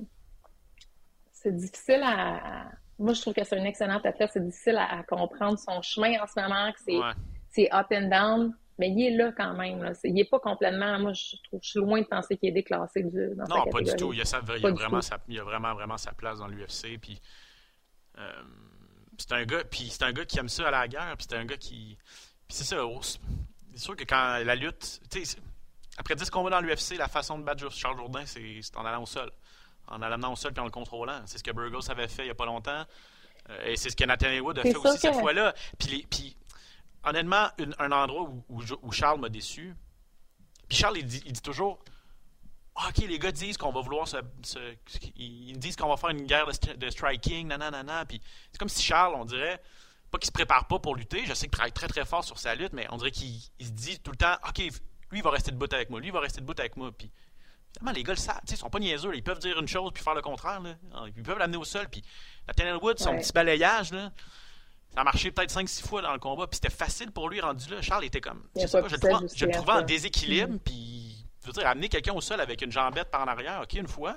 c'est difficile à, à... Moi je trouve que c'est un excellent athlète, c'est difficile à, à comprendre son chemin en ce moment, que c'est, ouais. c'est up and down, mais il est là quand même. Là. C'est, il est pas complètement, moi je trouve, je suis loin de penser qu'il est déclassé du, dans non, sa catégorie. Non, pas du tout. Il y a, sa, il y a vraiment sa, il y a vraiment vraiment sa place dans l'U F C, puis Euh, c'est un gars puis c'est un gars qui aime ça à la guerre, puis c'est un gars qui puis c'est ça, c'est sûr que quand la lutte, tu sais, après dix combats dans l'U F C, la façon de battre Charles Jourdain, c'est, c'est en allant au sol, en allant au sol puis en le contrôlant. C'est ce que Burgos avait fait il y a pas longtemps, euh, et c'est ce que Nathaniel Wood a c'est fait aussi que... cette fois-là. Puis, les, puis honnêtement, une, un endroit où, où, où Charles m'a déçu. Puis Charles il dit, il dit toujours ah, ok, les gars disent qu'on va vouloir se, se, ils disent qu'on va faire une guerre de, de striking, nanana, puis c'est comme si Charles, on dirait, pas qu'il se prépare pas pour lutter, je sais qu'il travaille très très fort sur sa lutte, mais on dirait qu'il il se dit tout le temps, ok, lui il va rester debout avec moi, lui il va rester debout avec moi, puis finalement les gars le savent, ils sont pas niaiseux, ils peuvent dire une chose puis faire le contraire, là. Ils peuvent l'amener au sol, puis Nathaniel Wood, son ouais. petit balayage, là, ça a marché peut-être cinq six fois dans le combat, puis c'était facile pour lui rendu là. Charles était comme, je sais pas, je le trouvais, je le trouvais en déséquilibre, puis mm-hmm. Je veux dire, amener quelqu'un au sol avec une jambette par en arrière, ok, une fois.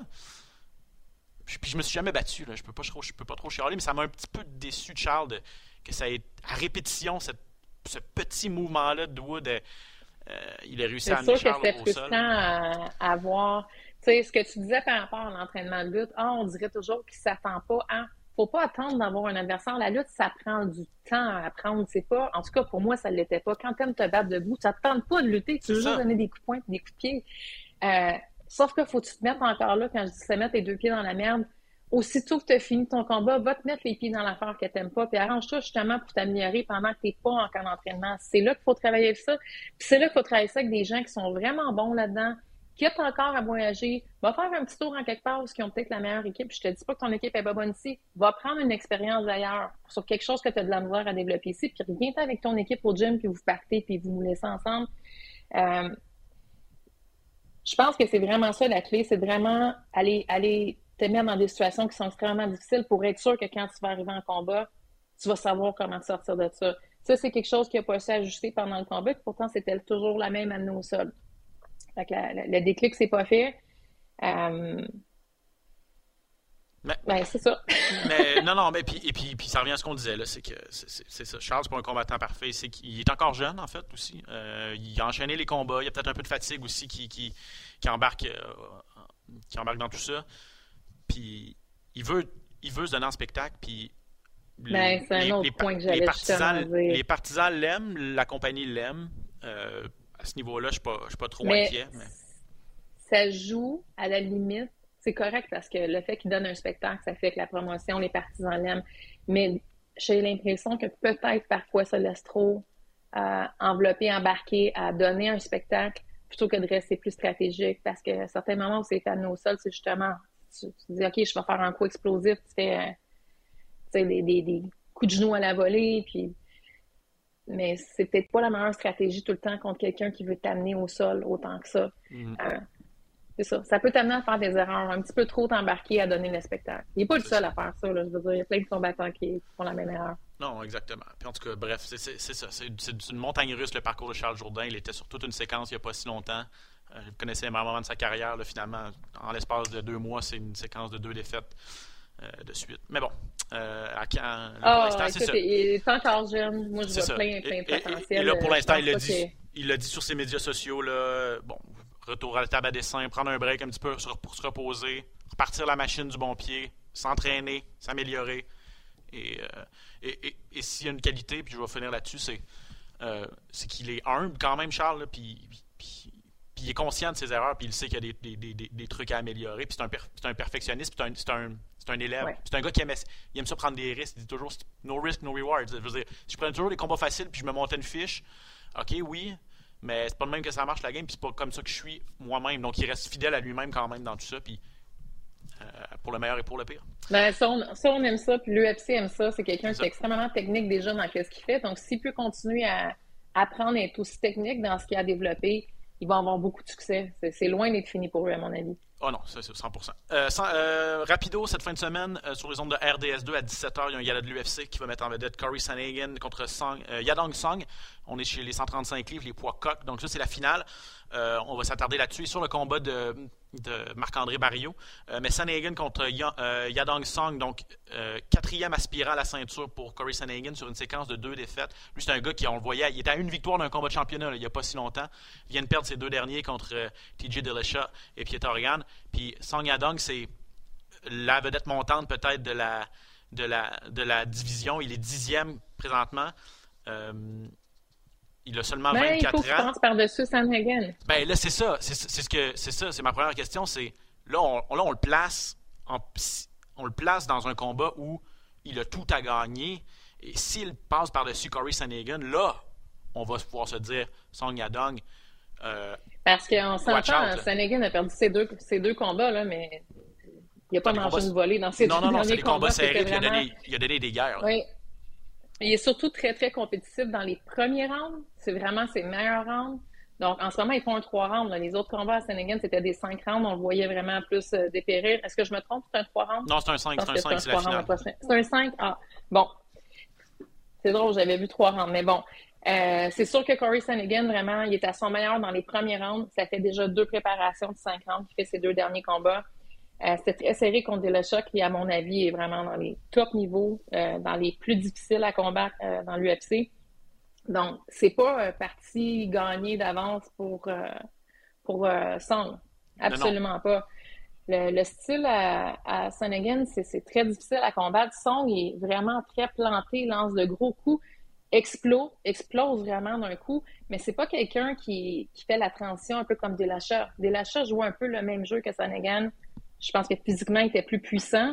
Puis, puis je me suis jamais battu, là. Je peux pas, je, je peux pas trop chialer, mais ça m'a un petit peu déçu de Charles de, que ça ait à répétition cette, ce petit mouvement-là de Wood. Euh, il a réussi c'est à amener Charles au sol. C'est sûr que c'était frustrant à, à voir. Tu sais, ce que tu disais par rapport à l'entraînement de lutte, ah, on dirait toujours qu'il s'attend pas à... Faut pas attendre d'avoir un adversaire. La lutte, ça prend du temps à apprendre. C'est pas, en tout cas, pour moi, ça ne l'était pas. Quand tu aimes te battre debout, ça ne te tente pas de lutter. Tu veux juste donner des coups de poing et des coups de pied. Euh, sauf que faut que tu te mettes encore là, quand je dis ça, mettre les deux pieds dans la merde. Aussitôt que tu as fini ton combat, va te mettre les pieds dans l'affaire que tu n'aimes pas, puis arrange-toi justement pour t'améliorer pendant que tu n'es pas en camp d'entraînement. C'est là qu'il faut travailler ça. Puis c'est là qu'il faut travailler ça avec des gens qui sont vraiment bons là-dedans, qui ont encore à voyager, va faire un petit tour en quelque part où ils ont peut-être la meilleure équipe. Je te dis pas que ton équipe est pas bonne ici. Va prendre une expérience d'ailleurs sur quelque chose que tu as de la misère à développer ici, puis reviens avec ton équipe au gym, puis vous partez, puis vous vous laissez ensemble. Euh, je pense que c'est vraiment ça la clé, c'est vraiment aller, aller te mettre dans des situations qui sont extrêmement difficiles pour être sûr que quand tu vas arriver en combat, tu vas savoir comment sortir de ça. Ça, c'est quelque chose qui n'a pas su ajuster pendant le combat, puis pourtant, c'était toujours la même amenée au sol. Fait que la, la, le déclic, c'est pas fait. Euh... Mais, ben, c'est ça. mais non, non, mais puis, et puis, puis ça revient à ce qu'on disait, là, c'est que c'est, c'est, c'est ça. Charles, c'est pas un combattant parfait, c'est qu'il est encore jeune, en fait, aussi. Euh, il a enchaîné les combats, il y a peut-être un peu de fatigue aussi qui, qui, qui, embarque, euh, qui embarque dans tout ça. Puis il veut, il veut se donner en spectacle, puis ben, c'est les, un autre les, point que j'allais les partisans, dire. Les partisans l'aiment, la compagnie l'aime. Euh, à ce niveau-là, je ne suis, suis pas trop mais inquiet. Mais... ça joue, à la limite, c'est correct parce que le fait qu'il donne un spectacle, ça fait que la promotion, les partisans l'aiment. Mais j'ai l'impression que peut-être parfois ça laisse trop euh, envelopper, embarquer, à donner un spectacle plutôt que de rester plus stratégique. Parce que à certains moments où c'est amené au sol, c'est justement, tu, tu dis, OK, je vais faire un coup explosif, tu fais euh, tu sais, des, des, des coups de genoux à la volée, puis mais c'est peut-être pas la meilleure stratégie tout le temps contre quelqu'un qui veut t'amener au sol autant que ça. Mm-hmm. Euh, c'est ça. Ça peut t'amener à faire des erreurs, un petit peu trop t'embarquer à donner le spectacle. Il n'est pas le seul ça. à faire ça, là. Je veux dire, il y a plein de combattants qui font la même erreur. Non, exactement. Puis en tout cas, bref, c'est, c'est, c'est ça. C'est, c'est une montagne russe, le parcours de Charles Jourdain. Il était sur toute une séquence il n'y a pas si longtemps. Euh, je connaissais les meilleurs moments de sa carrière. Là, finalement, en l'espace de deux mois, c'est une séquence de deux défaites. Euh, de suite. Mais bon, euh, à quand, là, pour oh, l'instant, c'est ça. Il est encore jeune. Moi, je c'est vois ça. plein, plein de potentiel. Et, et, et là, pour l'instant, il l'a dit, que... il l'a dit sur ses médias sociaux, là, bon, retour à la table à dessin, prendre un break un petit peu pour se reposer, repartir la machine du bon pied, s'entraîner, s'améliorer. Et, euh, et, et, et s'il y a une qualité, puis je vais finir là-dessus, c'est, euh, c'est qu'il est humble quand même, Charles, là, puis... puis Puis il est conscient de ses erreurs, puis il sait qu'il y a des, des, des, des trucs à améliorer. Puis c'est un, per, c'est un perfectionniste, puis c'est un, c'est un, c'est un élève. Ouais. C'est un gars qui aime, il aime ça prendre des risques. Il dit toujours « no risk, no reward ». Je veux dire, si je prenais toujours des combats faciles, puis je me montais une fiche, OK, oui, mais c'est pas de même que ça marche la game, puis c'est pas comme ça que je suis moi-même. Donc il reste fidèle à lui-même quand même dans tout ça, puis euh, pour le meilleur et pour le pire. Ben, ça, on, ça, on aime ça, puis l'U F C aime ça. C'est quelqu'un c'est qui est extrêmement technique déjà dans ce qu'il fait. Donc s'il peut continuer à apprendre à être aussi technique dans ce qu'il a développé, ils vont avoir beaucoup de succès. C'est, c'est loin d'être fini pour eux, à mon avis. Oh non, ça, c'est cent pour cent. Euh, sans, euh, rapido, cette fin de semaine, euh, sur les ondes de R D S deux à dix-sept heures, il y a un gala de l'U F C qui va mettre en vedette Corey Sandhagen contre Song, euh, Yadong Song. On est chez les cent trente-cinq livres, les poids coqs. Donc ça, c'est la finale. Euh, on va s'attarder là-dessus et sur le combat de, de Marc-André Barriault. Euh, mais Sandhagen contre y- euh, Yadong Song, donc euh, quatrième aspirant à la ceinture pour Corey Sandhagen sur une séquence de deux défaites. Lui, c'est un gars qui, on le voyait, il était à une victoire d'un combat de championnat là, il n'y a pas si longtemps. Il vient de perdre ses deux derniers contre euh, T J Dillashaw et Piotr Organ. Puis Song Yadong, c'est la vedette montante peut-être de la, de la, de la division. Il est dixième présentement. Euh, il a seulement ben, vingt-quatre ans. Il faut que tu passes par-dessus Sandhagen. Ben là, c'est ça. C'est, c'est, ce que, c'est ça. C'est ma première question. C'est là, on, là, on le place en, on le place dans un combat où il a tout à gagner. Et s'il passe par-dessus Corey Sandhagen, là, on va pouvoir se dire Song Yadong. Euh, Parce qu'on s'entend, Sandhagen a perdu ses deux, ses deux combats, là, mais il n'a pas mangé combats... une volée dans ses non, deux non, non, derniers combats. Non, non, c'est des combats serrés, vraiment... il, a donné, il a donné des guerres. Oui. Il est surtout très, très compétitif dans les premiers rounds. C'est vraiment ses meilleurs rounds. Donc, en ce moment, ils font un trois rounds. Là. Les autres combats à Sandhagen, c'était des cinq rounds. On le voyait vraiment plus euh, dépérir. Est-ce que je me trompe? C'est un trois rounds? Non, c'est un cinq. C'est un cinq, c'est la finale. C'est un cinq? Ah, bon. C'est drôle, j'avais vu trois rounds. Mais bon, euh, c'est sûr que Corey Sandhagen, vraiment, il est à son meilleur dans les premiers rounds. Ça fait déjà deux préparations de cinq rounds qu'il fait ses deux derniers combats. Euh, c'était très serré contre Dillashaw, qui, à mon avis, est vraiment dans les top niveaux, euh, dans les plus difficiles à combattre euh, dans l'U F C. Donc, c'est pas euh, parti gagné d'avance pour, euh, pour euh, Song. Absolument non, non. pas. Le, le style à, à Sandhagen, c'est, c'est très difficile à combattre. Song est vraiment très planté, lance de gros coups, explose, explose vraiment d'un coup, mais c'est pas quelqu'un qui, qui fait la transition un peu comme Dillashaw. Dillashaw joue un peu le même jeu que Sandhagen. Je pense que physiquement, il était plus puissant.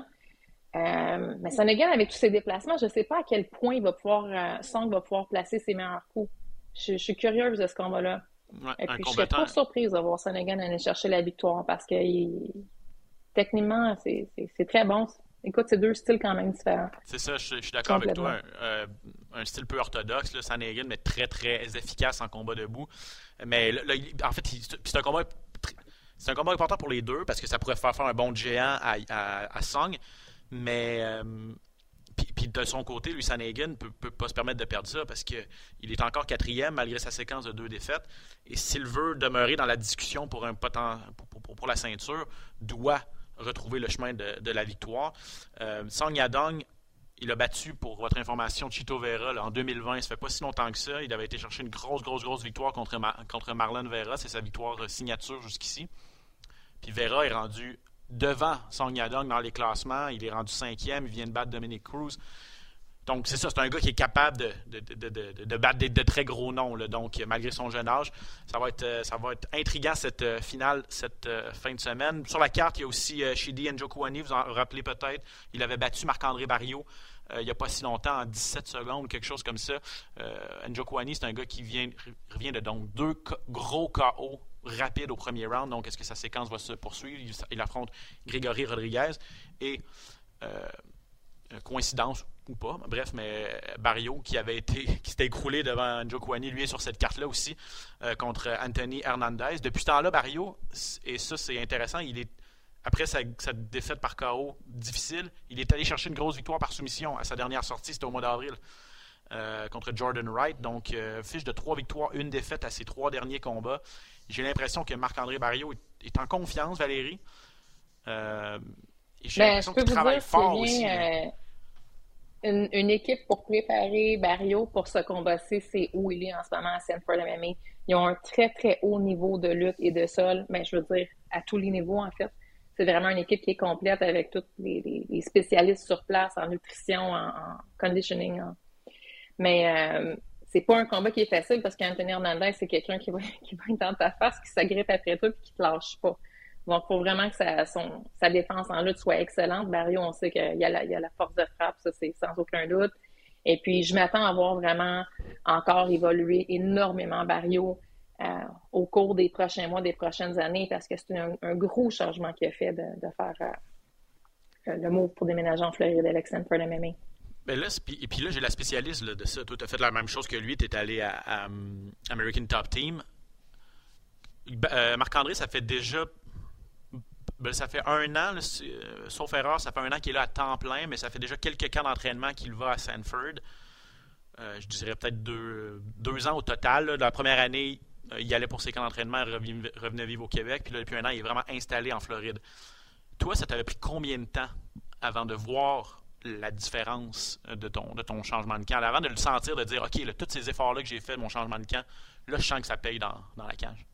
Euh, mais Sandhagen, avec tous ses déplacements, je ne sais pas à quel point il va pouvoir, euh, Song va pouvoir placer ses meilleurs coups. Je, je suis curieuse de ce combat-là. Ouais, Et puis, combattant... je serais pas surprise de voir Sandhagen aller chercher la victoire parce que il... techniquement, c'est, c'est, c'est très bon. Écoute, c'est deux styles quand même différents. C'est ça, je, je suis d'accord avec toi. Un, euh, un style peu orthodoxe, là, Sandhagen, mais très, très efficace en combat debout. Mais là, là, en fait, c'est un combat... C'est un combat important pour les deux parce que ça pourrait faire faire un bond de géant à, à, à Song. Mais euh, puis de son côté, lui, Sandhagen ne peut, peut pas se permettre de perdre ça parce qu'il est encore quatrième malgré sa séquence de deux défaites. Et s'il veut demeurer dans la discussion pour, un poten, pour, pour, pour la ceinture, doit retrouver le chemin de, de la victoire. Euh, Song Yadong, il a battu, pour votre information, Chito Vera là, en deux mille vingt. Ça fait pas si longtemps que ça. Il avait été chercher une grosse, grosse, grosse victoire contre, Ma, contre Marlon Vera. C'est sa victoire signature jusqu'ici. Puis Vera est rendu devant Song Yadong dans les classements. Il est rendu cinquième. Il vient de battre Dominic Cruz. Donc, c'est ça, c'est un gars qui est capable de, de, de, de, de, de battre des, de très gros noms. Là. Donc, malgré son jeune âge, ça va être, ça va être intriguant cette euh, finale, cette euh, fin de semaine. Sur la carte, il y a aussi euh, Chidi Njokuani, vous en rappelez peut-être. Il avait battu Marc-André Barriault euh, il n'y a pas si longtemps, en dix-sept secondes, quelque chose comme ça. Euh, Njokuani, c'est un gars qui vient, revient de donc deux co- gros K O rapides au premier round. Donc, est-ce que sa séquence va se poursuivre? Il, il affronte Grégory Rodriguez. Et, euh, coïncidence ou pas, bref, mais Barriault qui avait été, qui s'était écroulé devant Njokuani, lui est sur cette carte-là aussi, euh, contre Anthony Hernandez. Depuis ce temps-là, Barriault, et ça c'est intéressant, il est, après sa, sa défaite par K O difficile, il est allé chercher une grosse victoire par soumission à sa dernière sortie, c'était au mois d'avril, euh, contre Jordan Wright. Donc, euh, fiche de trois victoires, une défaite à ses trois derniers combats. J'ai l'impression que Marc-André Barriault est, est en confiance, Valérie. Euh, et j'ai Ben, l'impression je peux qu'il vous travaille dire fort qu'il aussi. y a, euh, une, une équipe pour préparer Barriault pour ce combat-ci, c'est où il est en ce moment à Sanford M M A. Ils ont un très, très haut niveau de lutte et de sol, mais je veux dire, à tous les niveaux, en fait. C'est vraiment une équipe qui est complète avec tous les, les, les spécialistes sur place en nutrition, en, en conditioning. En... Mais euh, c'est pas un combat qui est facile parce qu'Anthony Hernandez, c'est quelqu'un qui va, qui va être dans ta face, qui s'agrippe après toi et qui te lâche pas. Donc, il faut vraiment que sa, son, sa défense en lutte soit excellente. Barriault, on sait qu'il y a la, il y a la force de frappe, ça, c'est sans aucun doute. Et puis, je m'attends à voir vraiment encore évoluer énormément Barriault euh, au cours des prochains mois, des prochaines années, parce que c'est un, un gros changement qu'il a fait de, de faire euh, le move pour déménager en Floride avec Sanford M M A. Ben là, et puis là, j'ai la spécialiste là, de ça. Toi, tu as fait la même chose que lui. Tu es allé à, à um, American Top Team. Euh, Marc-André, ça fait déjà... Ben, ça fait un an, là, euh, sauf erreur, ça fait un an qu'il est là à temps plein, mais ça fait déjà quelques camps d'entraînement qu'il va à Sanford. Euh, je dirais peut-être deux, deux ans au total. Là. La première année, euh, il allait pour ses camps d'entraînement, il revenait, revenait vivre au Québec. Puis là, depuis un an, il est vraiment installé en Floride. Toi, ça t'avait pris combien de temps avant de voir la différence de ton, de ton changement de camp, avant de le sentir, de dire, OK, là, tous ces efforts-là que j'ai fait, mon changement de camp, là, je sens que ça paye dans, dans la cage?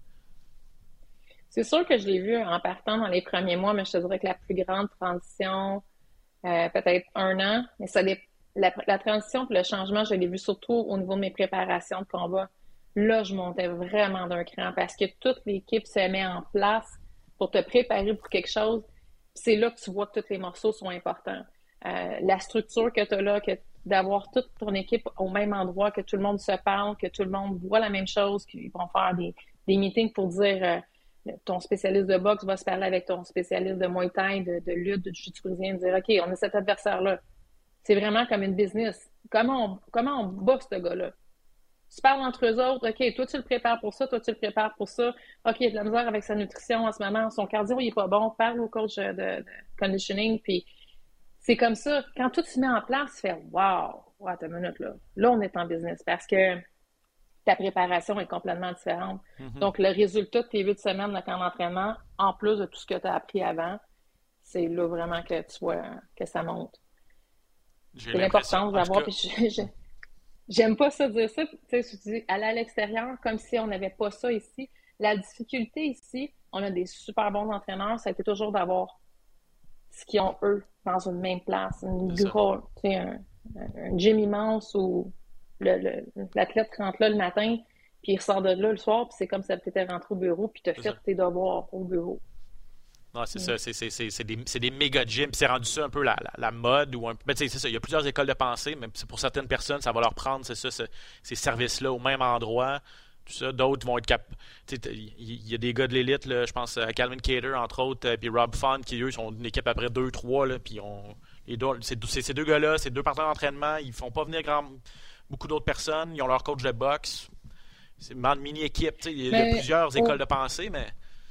C'est sûr que je l'ai vu en partant dans les premiers mois, mais je te dirais que la plus grande transition, euh, peut-être un an, mais ça dé... la, la transition et le changement, je l'ai vu surtout au niveau de mes préparations de combat. Là, je montais vraiment d'un cran parce que toute l'équipe se met en place pour te préparer pour quelque chose. C'est là que tu vois que tous les morceaux sont importants. Euh, la structure que tu as là, que d'avoir toute ton équipe au même endroit, que tout le monde se parle, que tout le monde voit la même chose, qu'ils vont faire des, des meetings pour dire... Euh, ton spécialiste de boxe va se parler avec ton spécialiste de Muay Thai, de, de lutte, de jiu-jitsu brésilien, dire OK, on a cet adversaire-là. C'est vraiment comme une business. Comment on, comment on bat ce gars-là? Tu parles entre eux autres, OK, toi tu le prépares pour ça, toi tu le prépares pour ça. OK, il y a de la misère avec sa nutrition en ce moment, son cardio il est pas bon, parle au coach de, de conditioning, puis c'est comme ça. Quand tout se met en place, tu fais wow, wow, attends une minute là. Là, on est en business parce que ta préparation est complètement différente. Mm-hmm. Donc, le résultat de tes huit semaines de camp d'entraînement, en plus de tout ce que tu as appris avant, c'est là vraiment que tu vois que ça monte. J'ai c'est l'importance d'avoir... Cas... Puis je, je, j'aime pas ça dire ça. Tu sais, je dis aller à l'extérieur comme si on n'avait pas ça ici. La difficulté ici, on a des super bons entraîneurs, ça a été toujours d'avoir ce qu'ils ont eux dans une même place. Une grosse, tu sais, un, un gym immense où... Le, le, l'athlète rentre là le matin, puis il ressort de là le soir, puis c'est comme si tu étais rentré au bureau, puis tu as fait ça. Tes devoirs au bureau. Non, c'est mm. ça, c'est, c'est, c'est, c'est, des, c'est des méga gyms, puis c'est rendu ça un peu la, la, la mode. Ou un, ben, c'est ça, il y a plusieurs écoles de pensée, mais pour certaines personnes, ça va leur prendre c'est ça, c'est, ces services-là au même endroit. Tout ça. D'autres vont être cap. Il y a des gars de l'élite, là, je pense à Calvin Cater, entre autres, puis Rob Font, qui eux sont une équipe après deux trois, puis on. Les deux, c'est, c'est, ces deux gars-là, ces deux partenaires d'entraînement, ils font pas venir grand. Beaucoup d'autres personnes, ils ont leur coach de boxe. C'est une mini-équipe. Il y a plusieurs au... écoles de pensée, mais...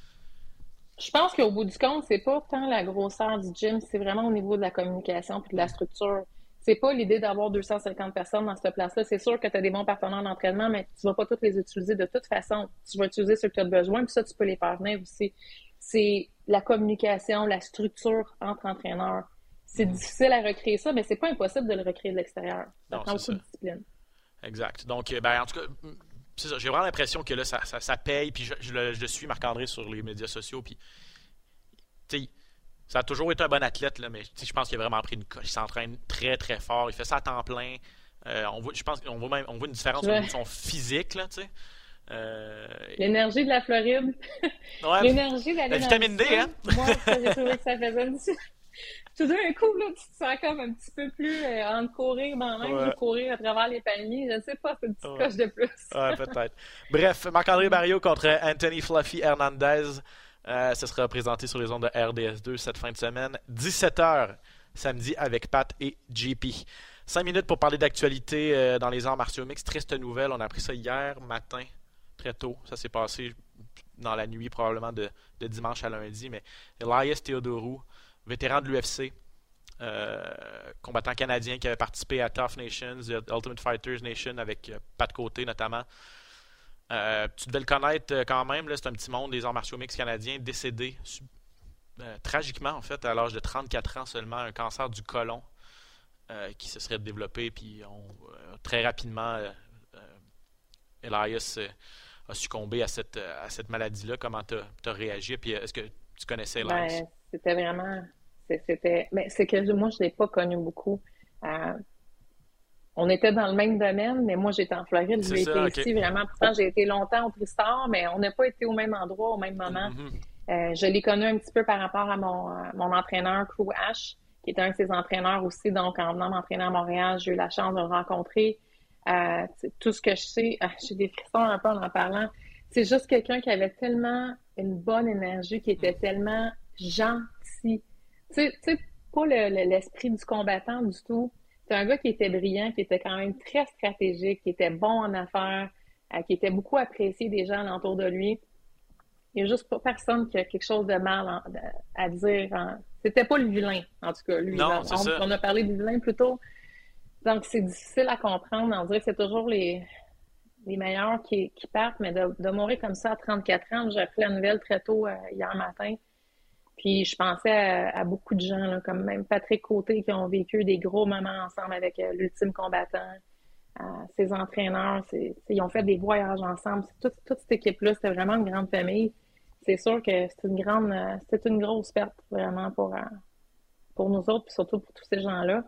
Je pense qu'au bout du compte, c'est pas tant la grosseur du gym, c'est vraiment au niveau de la communication et de la structure. C'est pas l'idée d'avoir deux cent cinquante personnes dans cette place-là. C'est sûr que tu as des bons partenaires d'entraînement, mais tu vas pas tous les utiliser de toute façon. Tu vas utiliser ceux que tu as besoin, puis ça, tu peux les faire venir aussi. C'est la communication, la structure entre entraîneurs. C'est mmh. difficile à recréer ça, mais c'est pas impossible de le recréer de l'extérieur. Ça prend beaucoup de discipline. Exact. Donc, ben, en tout cas, c'est ça. J'ai vraiment l'impression que là, ça, ça, ça paye. Puis je, je, le, je suis Marc-André sur les médias sociaux. Puis, tu sais, ça a toujours été un bon athlète, là, mais je pense qu'il a vraiment pris une coche. Il s'entraîne très, très fort. Il fait ça à temps plein. Euh, on voit, je pense qu'on voit, même, on voit une différence Ouais. au niveau de son physique, là, tu sais. Euh, L'énergie de la Floride. ouais, L'énergie d'aller la dans vitamine le D, sud. hein? Moi, ça, j'ai trouvé que ça faisait une petite- Tout d'un coup, là, tu te sens comme un petit peu plus euh, en courir dans l'air, Ouais. ou courir à travers les palmiers. Je sais pas, c'est une petite Ouais. coche de plus. Ouais, peut-être. Bref, Marc-André Barriault contre Anthony Fluffy Hernandez. Euh, ce sera présenté sur les ondes de R D S deux cette fin de semaine. dix-sept heures samedi avec Pat et J P. Cinq minutes pour parler d'actualité euh, dans les arts martiaux mixtes. Triste nouvelle, on a appris ça hier matin, très tôt. Ça s'est passé dans la nuit probablement de, de dimanche à lundi. Mais Elias Theodorou, vétéran de l'U F C, euh, combattant canadien qui avait participé à Tough Nations, Ultimate Fighters Nation avec euh, Pat Côté notamment. Euh, tu devais le connaître euh, quand même, là, c'est un petit monde des arts martiaux mixtes canadiens, décédé euh, tragiquement en fait à l'âge de trente-quatre ans seulement, un cancer du côlon euh, qui se serait développé, puis on, euh, très rapidement euh, euh, Elias euh, a succombé à cette, à cette maladie-là. Comment tu as réagi? Puis est-ce que tu connaissais Elias? Ben, c'était vraiment... C'était... Mais c'est que moi, je ne l'ai pas connu beaucoup. Euh, On était dans le même domaine, mais moi, j'étais en Floride. J'ai été okay. ici vraiment. Pourtant, j'ai été longtemps au Tristar, mais on n'a pas été au même endroit au même moment. Mm-hmm. Euh, je l'ai connu un petit peu par rapport à mon, à mon entraîneur, Crew H, qui était un de ses entraîneurs aussi. Donc, en venant m'entraîner à Montréal, j'ai eu la chance de le rencontrer. Euh, tout ce que je sais, euh, j'ai des frissons un peu en en parlant. C'est juste quelqu'un qui avait tellement une bonne énergie, qui était tellement gentil. Tu sais, tu sais pas le, le, l'esprit du combattant du tout. C'est un gars qui était brillant, qui était quand même très stratégique, qui était bon en affaires, euh, qui était beaucoup apprécié des gens alentour de lui. Il n'y a juste pas personne qui a quelque chose de mal en, de, à dire. En... C'était pas le vilain, en tout cas. Lui, non, là, c'est on, ça. on a parlé du vilain plus tôt. Donc, c'est difficile à comprendre. On dirait que c'est toujours les, les meilleurs qui, qui partent, mais de, de mourir comme ça à trente-quatre ans, j'ai appris la nouvelle très tôt euh, hier matin. Puis je pensais à, à beaucoup de gens, là, comme même Patrick Côté, qui ont vécu des gros moments ensemble avec euh, l'Ultime Combattant, euh, ses entraîneurs. C'est, ils ont fait des voyages ensemble. C'est toute, toute cette équipe-là, c'était vraiment une grande famille. C'est sûr que c'est une grande, euh, c'est une grosse perte vraiment pour, euh, pour nous autres, puis surtout pour tous ces gens-là.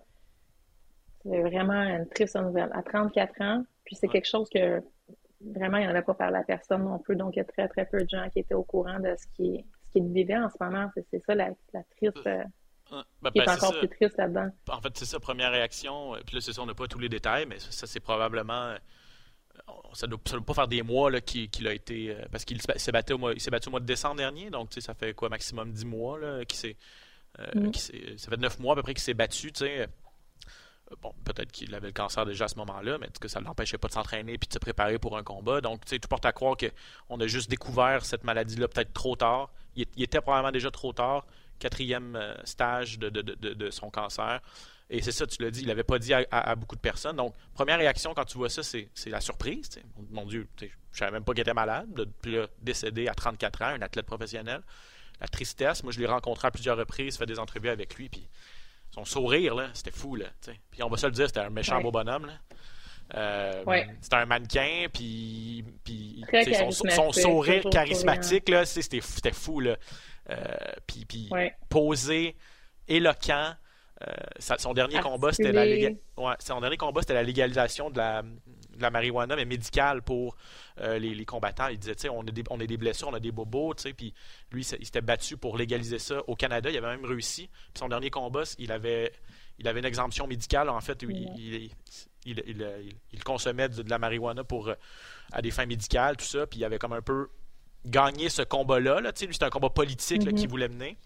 C'est vraiment une triste nouvelle. À trente-quatre ans, puis c'est quelque chose que vraiment, il n'y en avait pas parlé à personne non plus. Donc, il y a très, très peu de gens qui étaient au courant de ce qui est qu'il vivait en ce moment. C'est, c'est ça la, la triste, euh, ben, qui est ben, encore c'est plus triste là-dedans. En fait, c'est ça, première réaction. Puis là, c'est ça, on n'a pas tous les détails, mais ça, ça c'est probablement... Ça ne doit, doit pas faire des mois là, qu'il, qu'il a été... Euh, parce qu'il s'est battu, au mois, il s'est battu au mois de décembre dernier, donc ça fait quoi, maximum dix mois là, qu'il s'est, euh, mm. qu'il s'est, ça fait neuf mois à peu près qu'il s'est battu, tu sais. Bon, peut-être qu'il avait le cancer déjà à ce moment-là, mais que ça ne l'empêchait pas de s'entraîner et de se préparer pour un combat. Donc, tu sais, tout porte à croire qu'on a juste découvert cette maladie-là peut-être trop tard. Il, il était probablement déjà trop tard, quatrième euh, stage de, de, de, de son cancer. Et c'est ça, tu l'as dit, il l'avait pas dit à, à, à beaucoup de personnes. Donc, première réaction quand tu vois ça, c'est, c'est la surprise. T'sais. Mon Dieu, je ne savais même pas qu'il était malade. Puis là, décédé à trente-quatre ans, un athlète professionnel. La tristesse, moi je l'ai rencontré à plusieurs reprises, fait des entrevues avec lui, puis son sourire, là, c'était fou, là. T'sais. Puis on va se le dire, c'était un méchant ouais. beau bonhomme, là. Euh, ouais. C'était un mannequin, puis, puis son, son sourire charismatique, là, c'était, c'était fou, là. Euh, puis puis ouais. posé, éloquent. Euh, son dernier Articulé. combat, c'était la léga... ouais, son dernier combat, c'était la légalisation de la, de la marijuana, mais médicale pour euh, les, les combattants. Il disait, tu sais, on a des, on a des blessures, on a des bobos, tu sais, puis lui, il s'était battu pour légaliser ça au Canada. Il avait même réussi. Puis son dernier combat, il avait, il avait une exemption médicale, en fait, où ouais. il, il, il, il, il, il consommait de, de la marijuana pour à des fins médicales, tout ça. Puis il avait comme un peu gagné ce combat-là. Là, tu sais, lui, c'était un combat politique mm-hmm. là, qu'il voulait mener.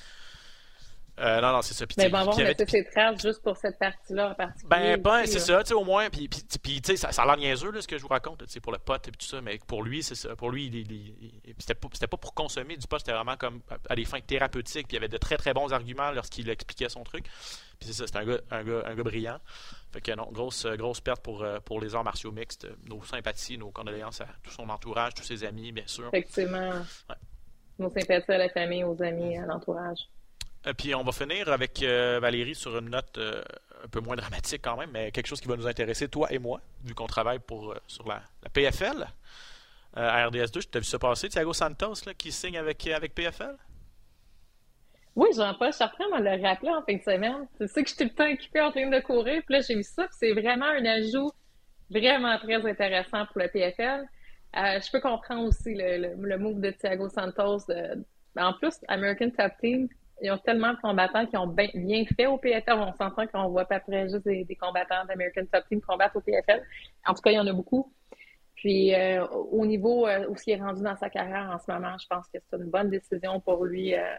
Euh, non, non, c'est ça. Puis, mais bon, bon, avait... ses traces juste pour cette partie-là en particulier. Ben, ben c'est ça, tu sais, au moins. Puis, puis, puis tu sais, ça, ça a l'air niaiseux, là, ce que je vous raconte, tu sais, pour le pot et tout ça, mais pour lui, c'est ça. Pour lui, il, il, il, c'était, pas, c'était pas pour consommer du pot, c'était vraiment comme à des fins thérapeutiques. Puis il avait de très, très bons arguments lorsqu'il expliquait son truc. Puis c'est ça, c'était un gars, un gars, un gars brillant. Fait que non, grosse, grosse perte pour, pour les arts martiaux mixtes. Nos sympathies, nos condoléances à tout son entourage, tous ses amis, bien sûr. Effectivement. Ouais. Nos sympathies à la famille, aux amis, à l'entourage. Et puis on va finir avec euh, Valérie sur une note euh, un peu moins dramatique quand même, mais quelque chose qui va nous intéresser, toi et moi, vu qu'on travaille pour, euh, sur la, la P F L. Euh, à R D S deux, tu as vu ça passer, Thiago Santos là, qui signe avec, avec P F L? Oui, Jean-Paul Chartrand m'a le rappelé en fin de semaine. C'est ça que je suis tout le temps occupée en train de courir. Puis là, j'ai vu ça. Puis c'est vraiment un ajout vraiment très intéressant pour le P F L. Euh, je peux comprendre aussi le, le, le move de Thiago Santos. De, en plus, American Top Team, ils ont tellement de combattants qui ont bien, bien fait au P F L. On s'entend qu'on voit pas après juste des, des combattants d'American Top Team combattre au P F L. En tout cas, il y en a beaucoup. Puis euh, au niveau euh, où il est rendu dans sa carrière en ce moment, je pense que c'est une bonne décision pour lui. Euh,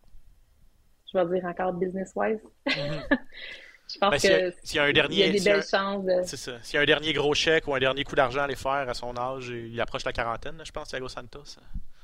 je vais dire encore business-wise. Mm-hmm. Je pense ben, s'il y a, s'il y a un dernier, il y a des belles un, chances de... C'est ça. S'il y a un dernier gros chèque ou un dernier coup d'argent à aller faire à son âge, il approche la quarantaine, je pense, Thiago Santos.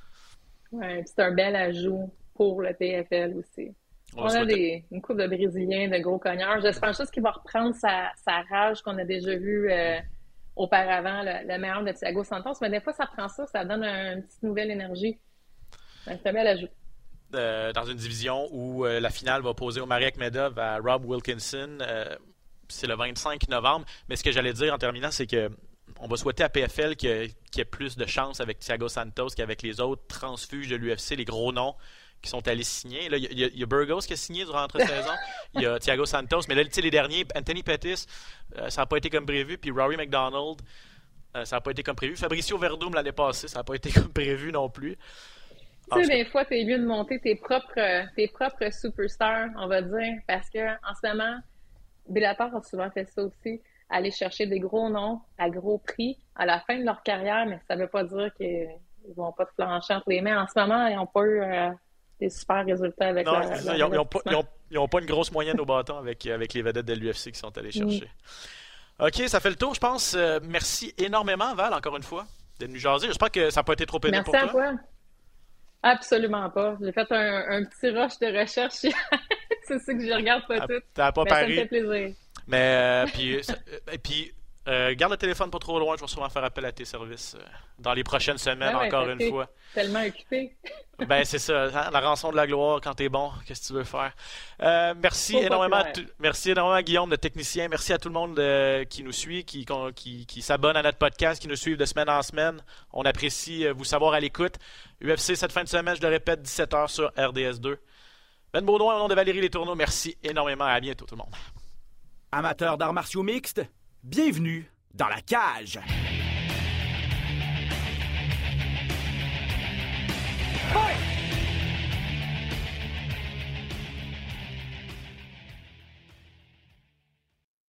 Oui, c'est un bel ajout pour le P F L aussi. On, On a des, une couple de Brésiliens, de gros cogneurs. J'espère juste qu'il va reprendre sa, sa rage qu'on a déjà vue euh, auparavant, le, le meilleur de Thiago Santos. Mais des fois, ça prend ça, ça donne un, une petite nouvelle énergie. C'est un bel ajout. Euh, dans une division où euh, la finale va opposer Omari Akhmedov à Rob Wilkinson. Euh, c'est le vingt-cinq novembre. Mais ce que j'allais dire en terminant, c'est que on va souhaiter à P F L qu'il y ait, qu'il y ait plus de chance avec Thiago Santos qu'avec les autres transfuges de l'U F C, les gros noms qui sont allés signer. Là, il y a, il y a Burgos qui a signé durant l'entre-saison. Il y a Thiago Santos. Mais là, tu sais, les derniers, Anthony Pettis, euh, ça n'a pas été comme prévu. Puis Rory McDonald, euh, ça n'a pas été comme prévu. Fabricio Verdum l'année passée, ça n'a pas été comme prévu non plus. Tu sais, des fois, t'es mieux de monter tes propres, tes propres superstars, on va dire, parce que en ce moment, Bellator a souvent fait ça aussi, aller chercher des gros noms à gros prix à la fin de leur carrière, mais ça veut pas dire qu'ils vont pas te flancher entre les mains. En ce moment, ils n'ont pas eu euh, des super résultats avec non, leur, ça, leur ils n'ont pas, pas une grosse moyenne au bâton avec, avec les vedettes de l'U F C qui sont allés chercher. Mm. OK, ça fait le tour, je pense. Euh, merci énormément, Val, encore une fois, d'être venu jaser. J'espère que ça n'a pas été trop pénible pour toi. Merci à toi. Absolument pas. J'ai fait un, un petit rush de recherche. C'est ça que je regarde pas tout. T'as pas mais pari. Ça me fait plaisir. Mais euh, puis, ça, euh, puis euh, garde le téléphone pas trop loin. Je vais sûrement faire appel à tes services euh, dans les prochaines semaines, ouais, encore une fois. Tellement occupé. Ben c'est ça, hein, la rançon de la gloire quand t'es bon. Qu'est-ce que tu veux faire? Euh, merci Faut énormément. À tu, merci énormément à Guillaume, le technicien. Merci à tout le monde euh, qui nous suit, qui, qui, qui s'abonne à notre podcast, qui nous suit de semaine en semaine. On apprécie euh, vous savoir à l'écoute. U F C cette fin de semaine, je le répète, dix-sept heures sur R D S deux. Ben Baudouin, au nom de Valérie Letourneau, merci énormément. À bientôt tout le monde. Amateurs d'arts martiaux mixtes, bienvenue dans la cage.